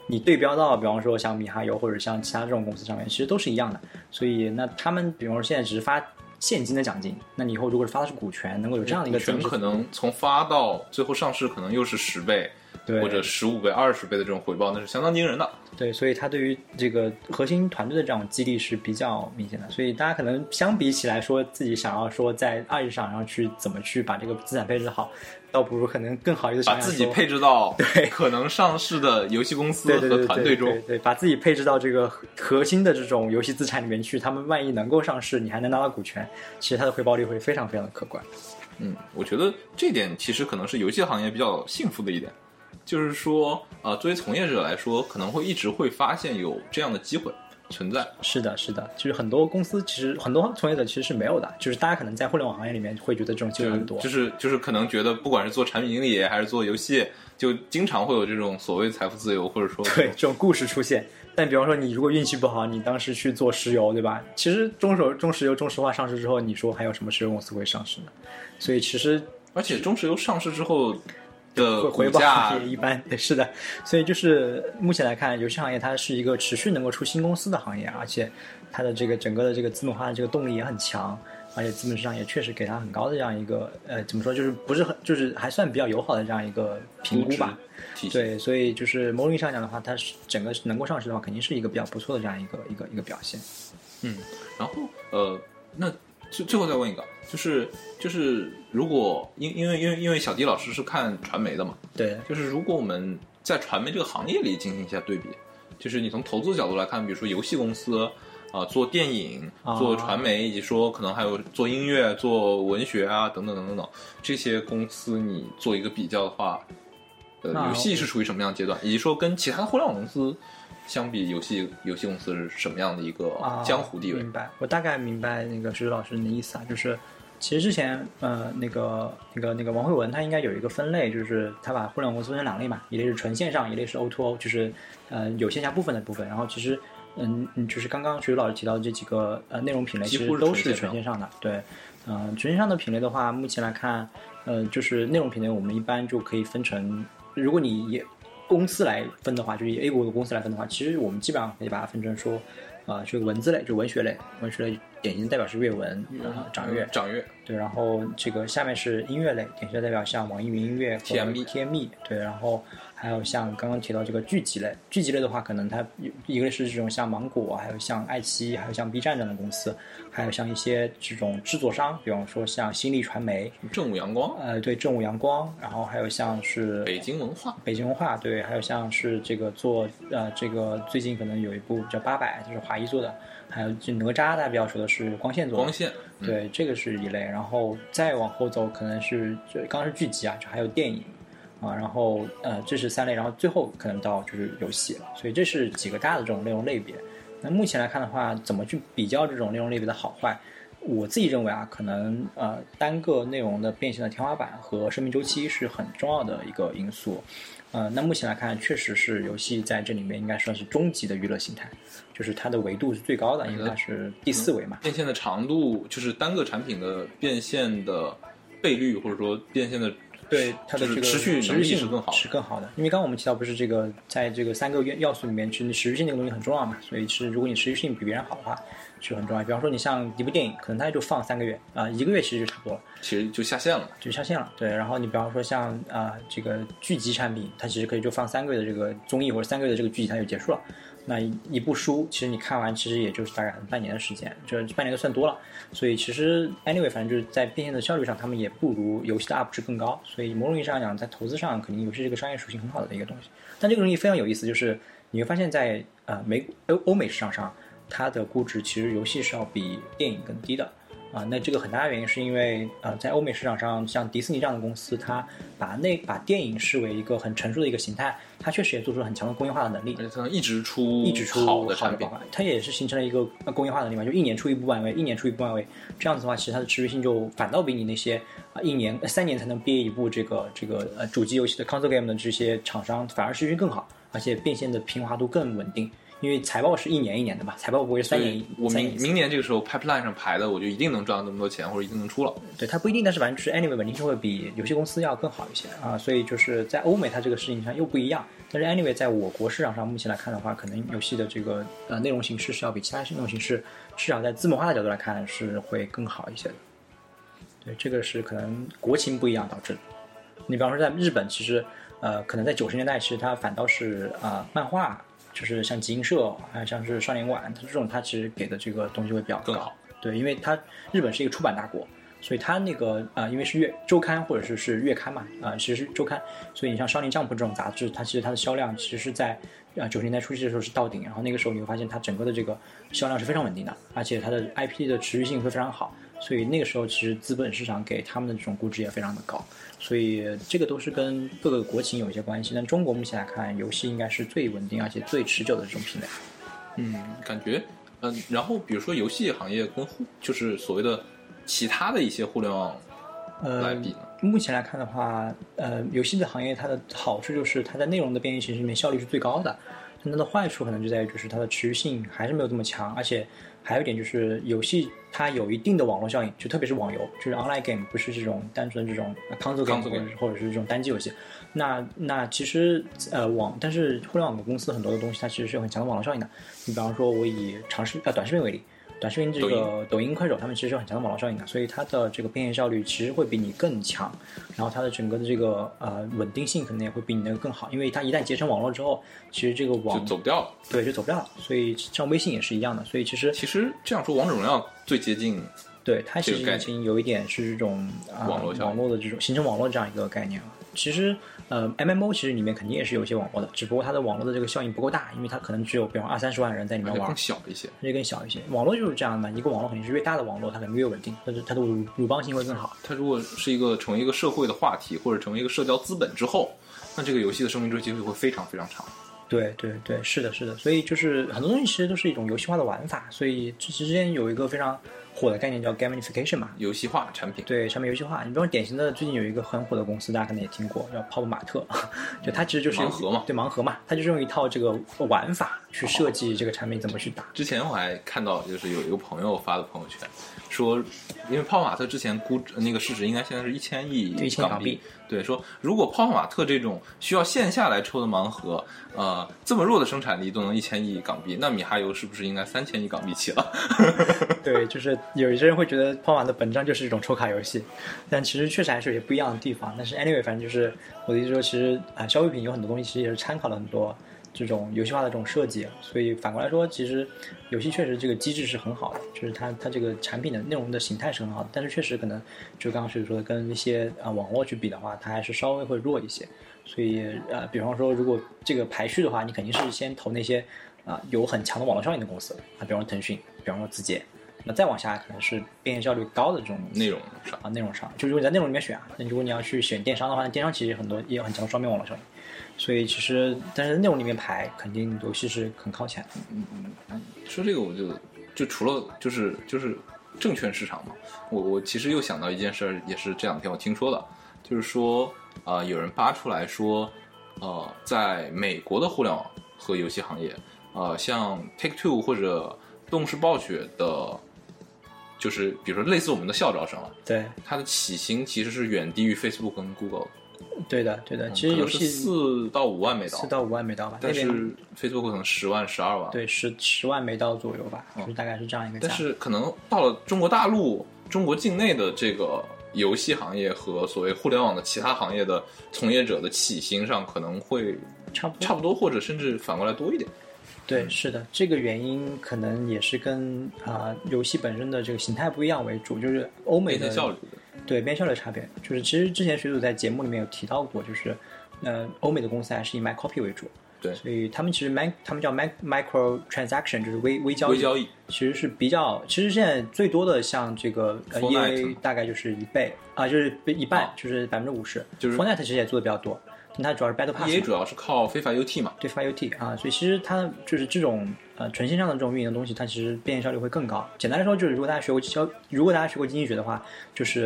Speaker 2: 你对标到比方说像米哈游或者像其他这种公司上面，其实都是一样的。所以那他们比方说现在只是发现金的奖金，那你以后如果是发的是股权，能够有这样的一个
Speaker 1: 股权可能从发到最后上市可能又是十倍或者十五倍、二十倍的这种回报，那是相当惊人的。
Speaker 2: 对，所以它对于这个核心团队的这种激励是比较明显的。所以大家可能相比起来说，自己想要说在二级市场上去怎么去把这个资产配置好，倒不如可能更好一个想
Speaker 1: 把自己配置到
Speaker 2: 对
Speaker 1: 可能上市的游戏公司和团队中，
Speaker 2: 对对对对对，把自己配置到这个核心的这种游戏资产里面去，他们万一能够上市，你还能拿到股权，其实它的回报率会非常非常的可观。
Speaker 1: 嗯，我觉得这点其实可能是游戏行业比较幸福的一点。就是说，呃，作为从业者来说，可能会一直会发现有这样的机会存在。
Speaker 2: 是的，是的，就是很多公司其实很多从业者其实是没有的，就是大家可能在互联网行业里面会觉得这种机会很多，
Speaker 1: 就是就是可能觉得不管是做产品经理还是做游戏，就经常会有这种所谓财富自由，或者说
Speaker 2: 对这种故事出现。但比方说你如果运气不好，你当时去做石油，对吧？其实中石中石油中石化上市之后，你说还有什么石油公司会上市呢？所以其实
Speaker 1: 而且中石油上市之后的
Speaker 2: 回报也一般，对，是的。所以就是目前来看，游戏行业它是一个持续能够出新公司的行业，而且它的这个整个的这个资本化的这个动力也很强，而且资本市场也确实给它很高的这样一个呃，怎么说，就是不是很就是还算比较友好的这样一个评估吧。对，所以就是某种意义上讲的话，它是整个能够上市的话，肯定是一个比较不错的这样一个一个一个表现。
Speaker 1: 嗯，然后呃，那最最后再问一个，就是就是如果因因为因为因为小迪老师是看传媒的嘛，
Speaker 2: 对，
Speaker 1: 就是如果我们在传媒这个行业里进行一下对比，就是你从投资角度来看，比如说游戏公司啊、呃，做电影、做传媒，以及说可能还有做音乐、做文学啊等等等等等这些公司，你做一个比较的话，呃，游戏是处于什么样的阶段，以及说跟其他的互联网公司相比，游戏游戏公司是什么样的一个江湖地位？
Speaker 2: 啊、明白，我大概明白那个石老师的意思啊，就是其实之前呃那个那个那个王慧文他应该有一个分类，就是他把互联网公司分成两类嘛，一类是纯线上，一类是 O to O， 就是呃有线下部分的部分。然后其实嗯嗯，就是刚刚石老师提到的这几个呃内容品类，其实都是纯线上的。对，嗯、呃，纯线上的品类的话，目前来看，呃，就是内容品类我们一般就可以分成，如果你也公司来分的话，就是以 A 国的公司来分的话，其实我们基本上可以把它分成说，啊、呃，是文字类，就文学类，文学类典型的代表是阅文，然后掌阅，
Speaker 1: 掌阅，
Speaker 2: 对，然后这个下面是音乐类，典型的代表像网易云音乐、
Speaker 1: T M E、
Speaker 2: T M E， 对，然后还有像刚刚提到这个剧集类，剧集类的话，可能它一个是这种像芒果，还有像爱奇艺，还有像 B 站这样的公司，还有像一些这种制作商，比方说像新力传媒、
Speaker 1: 正午阳光，
Speaker 2: 呃，对，正午阳光，然后还有像是
Speaker 1: 北京文化，
Speaker 2: 北京文化，对，还有像是这个做呃这个最近可能有一部叫《八百》，就是华谊做的，还有就哪吒，大家比较说的是光线做的，
Speaker 1: 光线，
Speaker 2: 嗯、对，这个是一类，然后再往后走，可能是刚刚是剧集啊，就还有电影。啊，然后呃，这是三类，然后最后可能到就是游戏了，所以这是几个大的这种内容类别。那目前来看的话，怎么去比较这种内容类别的好坏？我自己认为啊，可能呃单个内容的变现的天花板和生命周期是很重要的一个因素。呃，那目前来看，确实是游戏在这里面应该算是终极的娱乐形态，就是它的维度是最高的，因为它是第四维嘛。
Speaker 1: 变现的长度就是单个产品的变现的倍率，或者说变现的。
Speaker 2: 对它的这个
Speaker 1: 持续能力是更好的，
Speaker 2: 是更好的。因为刚刚我们提到，不是这个在这个三个要素里面，其实持续性这个东西很重要嘛。所以是如果你持续性比别人好的话，是很重要。比方说你像一部电影，可能它就放三个月啊、呃，一个月其实就差不多了，
Speaker 1: 其实就下线了，
Speaker 2: 就下线了。对，然后你比方说像啊、呃、这个剧集产品，它其实可以就放三个月的这个综艺或者三个月的这个剧集，它就结束了。那一部书，其实你看完，其实也就是大概半年的时间，这半年就算多了。所以其实 anyway， 反正就是在变现的效率上，他们也不如游戏的 U P 值更高。所以某种意义上讲，在投资上，肯定游戏这个商业属性很好的一个东西。但这个东西非常有意思，就是你会发现在呃美欧欧美市场上，它的估值其实游戏是要比电影更低的。啊，那这个很大的原因是因为，呃，在欧美市场上，像迪士尼这样的公司，它把那把电影视为一个很成熟的一个形态，它确实也做出了很强的工业化的能力，
Speaker 1: 而且它能一直出
Speaker 2: 一直出
Speaker 1: 好的产品，
Speaker 2: 它也是形成了一个工业化的能力嘛，就一年出一部漫威，一年出一部漫威，这样子的话，其实它的持续性就反倒比你那些啊一年三年才能憋一部这个这个呃主机游戏的 console game 的这些厂商反而持续性更好，而且变现的平滑度更稳定。 因为财报是一年一年的嘛，财报不会是三年一
Speaker 1: 我
Speaker 2: 三年
Speaker 1: 明明年这个时候 pipeline 上排的，我就一定能赚到那么多钱，或者一定能出了。
Speaker 2: 对，它不一定，但是反正就是 anyway 稳定性会比游戏公司要更好一些啊，所以就是在欧美它这个事情上又不一样。但是 anyway 在我国市场上目前来看的话，可能游戏的这个呃内容形式是要比其他内容形式至少在资本化的角度来看是会更好一些的。对，这个是可能国情不一样导致的。你比方说在日本，其实呃可能在九十年代，其实它反倒是啊、呃、漫画，就是像集英社，还有像是少年馆，它这种它其实给的这个东西会比较高。对，因为它日本是一个出版大国，所以它那个啊、呃，因为是月周刊或者是是月刊嘛，啊、呃，其实是周刊，所以你像少年 Jump 这种杂志，它其实它的销量其实是在啊九十年代初期的时候是到顶，然后那个时候你会发现它整个的这个销量是非常稳定的，而且它的 I P 的持续性会非常好，所以那个时候其实资本市场给他们的这种估值也非常的高，所以这个都是跟各个国情有一些关系。但中国目前来看，游戏应该是最稳定而且最持久的这种品类。
Speaker 1: 嗯，感觉。嗯，然后比如说游戏行业跟互就是所谓的其他的一些互联网来比呢？
Speaker 2: 呃、目前来看的话，呃，游戏的行业它的好处就是它在内容的变现形式里面效率是最高的，但它的坏处可能就在于就是它的持续性还是没有这么强，而且还有一点就是游戏它有一定的网络效应，就特别是网游，就是 online game 不是这种单纯的这种 console game 或者是或者是这种单机游戏。那那其实呃网，但是互联网公司很多的东西它其实是有很强的网络效应的。你比方说我以长视呃短视频为例，短视频这个抖音、快手，他们其实是有很强的网络效应的，所以它的这个变现效率其实会比你更强，然后它的整个的这个呃稳定性可能也会比你那个更好，因为它一旦结成网络之后，其实这个网
Speaker 1: 就走不掉了，
Speaker 2: 对，就走不掉了。所以像微信也是一样的，所以其实
Speaker 1: 其实这样说，王者荣耀最接近。
Speaker 2: 对，它其实已经有一点是这种、呃、
Speaker 1: 网络
Speaker 2: 网络的这种形成网络这样一个概念了。其实呃 M M O 其实里面肯定也是有一些网络的，只不过它的网络的这个效应不够大，因为它可能只有比方二三十万人在里面玩，
Speaker 1: 更小一些，
Speaker 2: 它就更小一些。网络就是这样的，一个网络肯定是越大的网络，它可能越稳定，它的它的鲁邦性会更好。
Speaker 1: 它如果是一个成为一个社会的话题，或者成为一个社交资本之后，那这个游戏的生命周期会非常非常长。
Speaker 2: 对对对，是的，是的，所以就是很多东西其实都是一种游戏化的玩法，所以这之间有一个非常火的概念叫 gamification 嘛，
Speaker 1: 游戏化产品。
Speaker 2: 对，产品游戏化。你比方说典型的，最近有一个很火的公司，大家可能也听过，叫泡泡玛特，就它其实就是
Speaker 1: 盲盒嘛，
Speaker 2: 对，盲盒嘛，它就是用一套这个玩法去设计这个产品怎么去打。
Speaker 1: 之前我还看到，就是有一个朋友发的朋友圈，说，因为泡泡玛特之前估那个市值应该现在是一千亿港币，对，说如果泡泡玛特这种需要线下来抽的盲盒，呃，这么弱的生产力都能一千亿港币，那米哈游是不是应该三千亿港币起了？
Speaker 2: 对，就是有一些人会觉得泡泡玛特本质上就是一种抽卡游戏，但其实确实还是有些不一样的地方。但是 anyway， 反正就是我的意思说，其实啊、呃，消费品有很多东西其实也是参考了很多这种游戏化的这种设计，所以反过来说，其实游戏确实这个机制是很好的，就是它它这个产品的内容的形态是很好的，但是确实可能就刚刚是说的，跟一些啊、呃、网络去比的话，它还是稍微会弱一些。所以呃，比方说如果这个排序的话，你肯定是先投那些啊、呃、有很强的网络效应的公司啊，比方说腾讯，比方说字节。那再往下可能是变现效率高的这种
Speaker 1: 内容上
Speaker 2: 啊，内容上，就如果你在内容里面选啊，那如果你要去选电商的话，那电商其实很多也有很强的双面网络效应，所以其实但是内容里面排，肯定游戏是很靠前的。
Speaker 1: 嗯嗯嗯，说这个我就就除了就是就是证券市场嘛，我我其实又想到一件事，也是这两天我听说的，就是说啊、呃，有人扒出来说，呃，在美国的互联网和游戏行业，呃，像 Take Two 或者动视暴雪的。就是比如说类似我们的校招生了，
Speaker 2: 对，
Speaker 1: 它的起薪其实是远低于 Facebook 跟 Google。
Speaker 2: 对的，对的。其实游戏
Speaker 1: 四到五万美刀，
Speaker 2: 四到五万美刀吧。
Speaker 1: 但是 Facebook 可能十万、十二万，
Speaker 2: 对，十十万美刀左右吧，嗯、就是大概是这样一个价。
Speaker 1: 但是可能到了中国大陆、中国境内的这个游戏行业和所谓互联网的其他行业的从业者的起薪上，可能会
Speaker 2: 差不多，
Speaker 1: 差不多，或者甚至反过来多一点。
Speaker 2: 对，是的，这个原因可能也是跟啊、呃、游戏本身的这个形态不一样为主，就是欧美的
Speaker 1: 变现效率，
Speaker 2: 对变现效率的差别，就是其实之前水组在节目里面有提到过，就是呃欧美的公司还是以卖 copy 为主，
Speaker 1: 对，
Speaker 2: 所以他们其实 mac 他们叫 mac micro transaction， 就是微微交易，
Speaker 1: 微交易
Speaker 2: 其实是比较，其实现在最多的像这个呃 E A 大概就是一倍啊、呃，就是一半，啊、就是百分之五十，
Speaker 1: 就是
Speaker 2: Fortnite 其实也做的比较多。它主要是 Battle Pass，
Speaker 1: E A 主要是靠非法 U T 嘛，
Speaker 2: 对非法 U T 啊，所以其实它就是这种呃纯线上的这种运营的东西，它其实变现效率会更高。简单来说，就是如果大家学过交，如果大家学过经济学的话，就是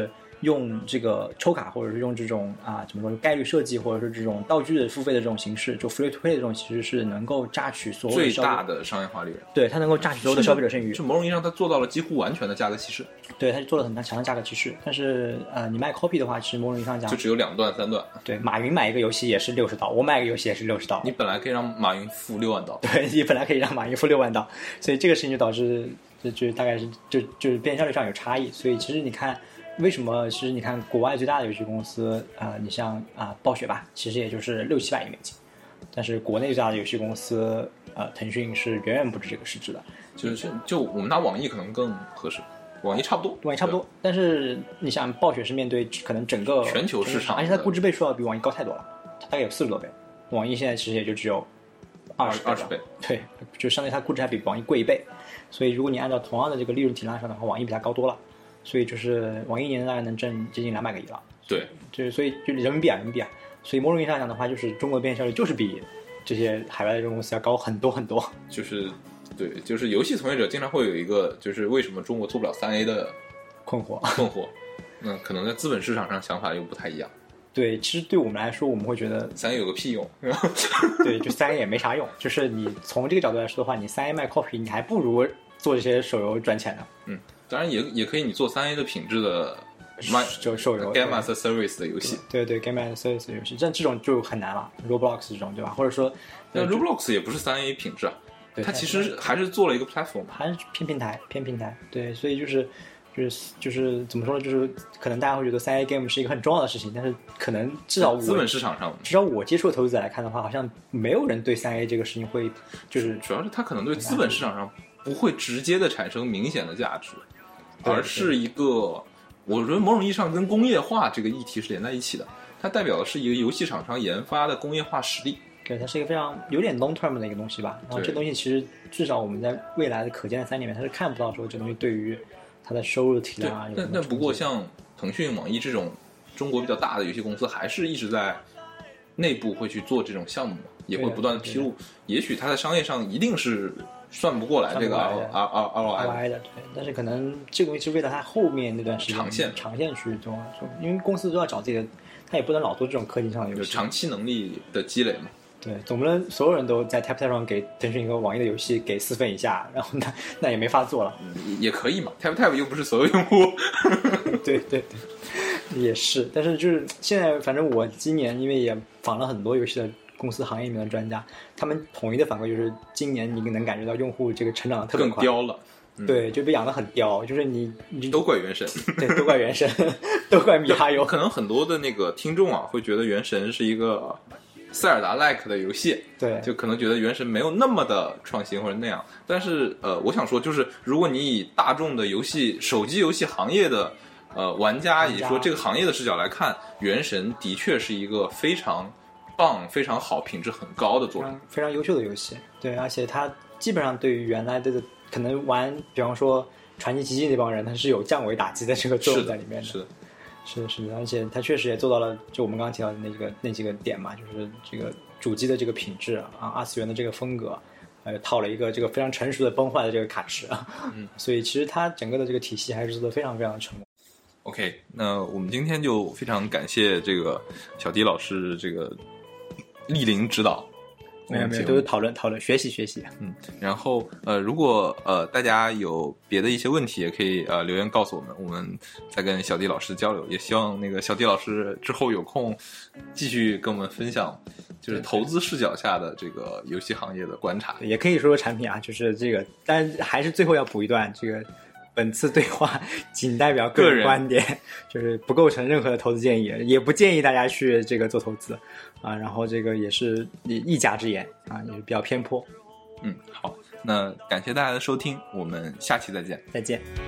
Speaker 2: 用这个抽卡，或者是用这种啊怎么说概率设计，或者是这种道具的付费的这种形式，就 free to play 的这种其实是能够榨取所有的
Speaker 1: 最大的商业化利润。
Speaker 2: 对，它能够榨取所有的消费者剩余。
Speaker 1: 是某种意义上，它做到了几乎完全的价格歧视。
Speaker 2: 对，它做了很强的价格歧视。但是呃，你卖 copy 的话，其实某种意义上讲，
Speaker 1: 就只有两段三段。
Speaker 2: 对，马云买一个游戏也是六十刀，我买一个游戏也是六十刀。
Speaker 1: 你本来可以让马云付六万刀。
Speaker 2: 对，你本来可以让马云付六万刀，所以这个事情就导致就就大概是就就是变现效率上有差异。所以其实你看。为什么？其实你看，国外最大的游戏公司啊、呃，你像啊、呃、暴雪吧，其实也就是六七百亿美金，但是国内最大的游戏公司，呃，腾讯是远远不止这个市值的。
Speaker 1: 就是就我们拿网易可能更合适，网易差不多，
Speaker 2: 网易差不多。但是你想，暴雪是面对可能整个
Speaker 1: 全球市场，
Speaker 2: 而且它估值倍数要比网易高太多了，它大概有四十多倍。网易现在其实也就只有二十
Speaker 1: 二十倍，
Speaker 2: 对，就相当于它估值还比网易贵一倍。所以如果你按照同样的这个利润体量上的话，网易比它高多了。所以就是网易一年大概能挣接近两百个亿了，
Speaker 1: 对，
Speaker 2: 就是所以就人民币啊，人民币啊，所以某种意义上讲的话，就是中国的变现效率就是比这些海外的这种公司要高很多很多。
Speaker 1: 就是对，就是游戏从业者经常会有一个，就是为什么中国做不了三 A 的
Speaker 2: 困惑
Speaker 1: 困惑，那可能在资本市场上想法又不太一样。
Speaker 2: 对，其实对我们来说，我们会觉得
Speaker 1: 三 A 有个屁用，
Speaker 2: 对，就三 A 也没啥用。就是你从这个角度来说的话，你三 A 卖 copy， 你还不如做这些手游赚钱呢。
Speaker 1: 嗯。当然也也可以，你做三 A 的品质的
Speaker 2: 就手游
Speaker 1: Game as a Service 的游戏，
Speaker 2: 对对 Game as a Service 的游戏，但这种就很难了 ，Roblox 这种对吧？或者说，
Speaker 1: 那 Roblox 也不是三 A 品质啊，它其实还是做了一个 platform，
Speaker 2: 还是偏平台，偏平台。对，所以就是就是就是怎么说呢？就是可能大家会觉得三 A game 是一个很重要的事情，但是可能至少我
Speaker 1: 资本市场上，
Speaker 2: 至少我接触的投资者来看的话，好像没有人对三 A 这个事情会就是
Speaker 1: 主要是它可能对资本市场上不会直接的产生明显的价值。而是一个，我觉得某种意义上跟工业化这个议题是连在一起的。它代表的是一个游戏厂商研发的工业化实力。
Speaker 2: 对，它是一个非常有点 long term 的一个东西吧。然后这东西其实至少我们在未来的可见的三年里面，它是看不到说这东西对于它的收入体量啊。
Speaker 1: 那那不过像腾讯、网易这种中国比较大的游戏公司，还是一直在内部会去做这种项目，也会不断的披露。也许它在商业上一定是。算不过来这个 R R R O I
Speaker 2: 的，对，但是可能这个东西是为了它后面那段时间
Speaker 1: 长线
Speaker 2: 长线去做，因为公司都要找自己的，它也不能老做这种科技上的游戏，
Speaker 1: 长期能力的积累嘛。
Speaker 2: 对，总不能所有人都在 TapTap 上给腾讯和网易的游戏给四分以下，然后那那也没法做了。
Speaker 1: 嗯、也可以嘛 ，TapTap 又不是所有用户。
Speaker 2: 对对对，也是。但是就是现在，反正我今年因为也访了很多游戏的。公司行业里面的专家，他们统一的反馈就是，今年你能感觉到用户这个成长的特别快，
Speaker 1: 更刁了，
Speaker 2: 嗯、对，就被养得很刁，就是你你
Speaker 1: 都怪原神，
Speaker 2: 对，都怪原神，都怪米哈游。
Speaker 1: 可能很多的那个听众啊，会觉得原神是一个塞尔达 like 的游戏，
Speaker 2: 对，
Speaker 1: 就可能觉得原神没有那么的创新或者那样。但是呃，我想说，就是如果你以大众的游戏手机游戏行业的呃玩家，也说这个行业的视角来看，原神的确是一个非常。棒，非常好，品质很高的作品，
Speaker 2: 非常优秀的游戏。对，而且它基本上对于原来的可能玩，比方说传奇奇迹那帮人，它是有降维打击的这个作用在里面的。
Speaker 1: 是的，
Speaker 2: 是的，是的，而且它确实也做到了，就我们刚刚提到的那个那几个点嘛，就是这个主机的这个品质啊，二次元的这个风格，呃，套了一个这个非常成熟的崩坏的这个卡池啊，嗯，所以其实它整个的这个体系还是做得非常非常的成功。
Speaker 1: OK， 那我们今天就非常感谢这个小迪老师这个。莅临指导，
Speaker 2: 没有没有，都是讨论讨论学习学习。
Speaker 1: 嗯，然后呃，如果呃大家有别的一些问题，也可以呃留言告诉我们，我们再跟小迪老师交流。也希望那个小迪老师之后有空继续跟我们分享，就是投资视角下的这个游戏行业的观察。
Speaker 2: 也可以说说产品啊，就是这个，但还是最后要补一段这个。本次对话仅代表个人观点，就是不构成任何的投资建议，也不建议大家去这个做投资啊。然后这个也是一家之言啊，也是比较偏颇。
Speaker 1: 嗯，好，那感谢大家的收听，我们下期再见，
Speaker 2: 再见。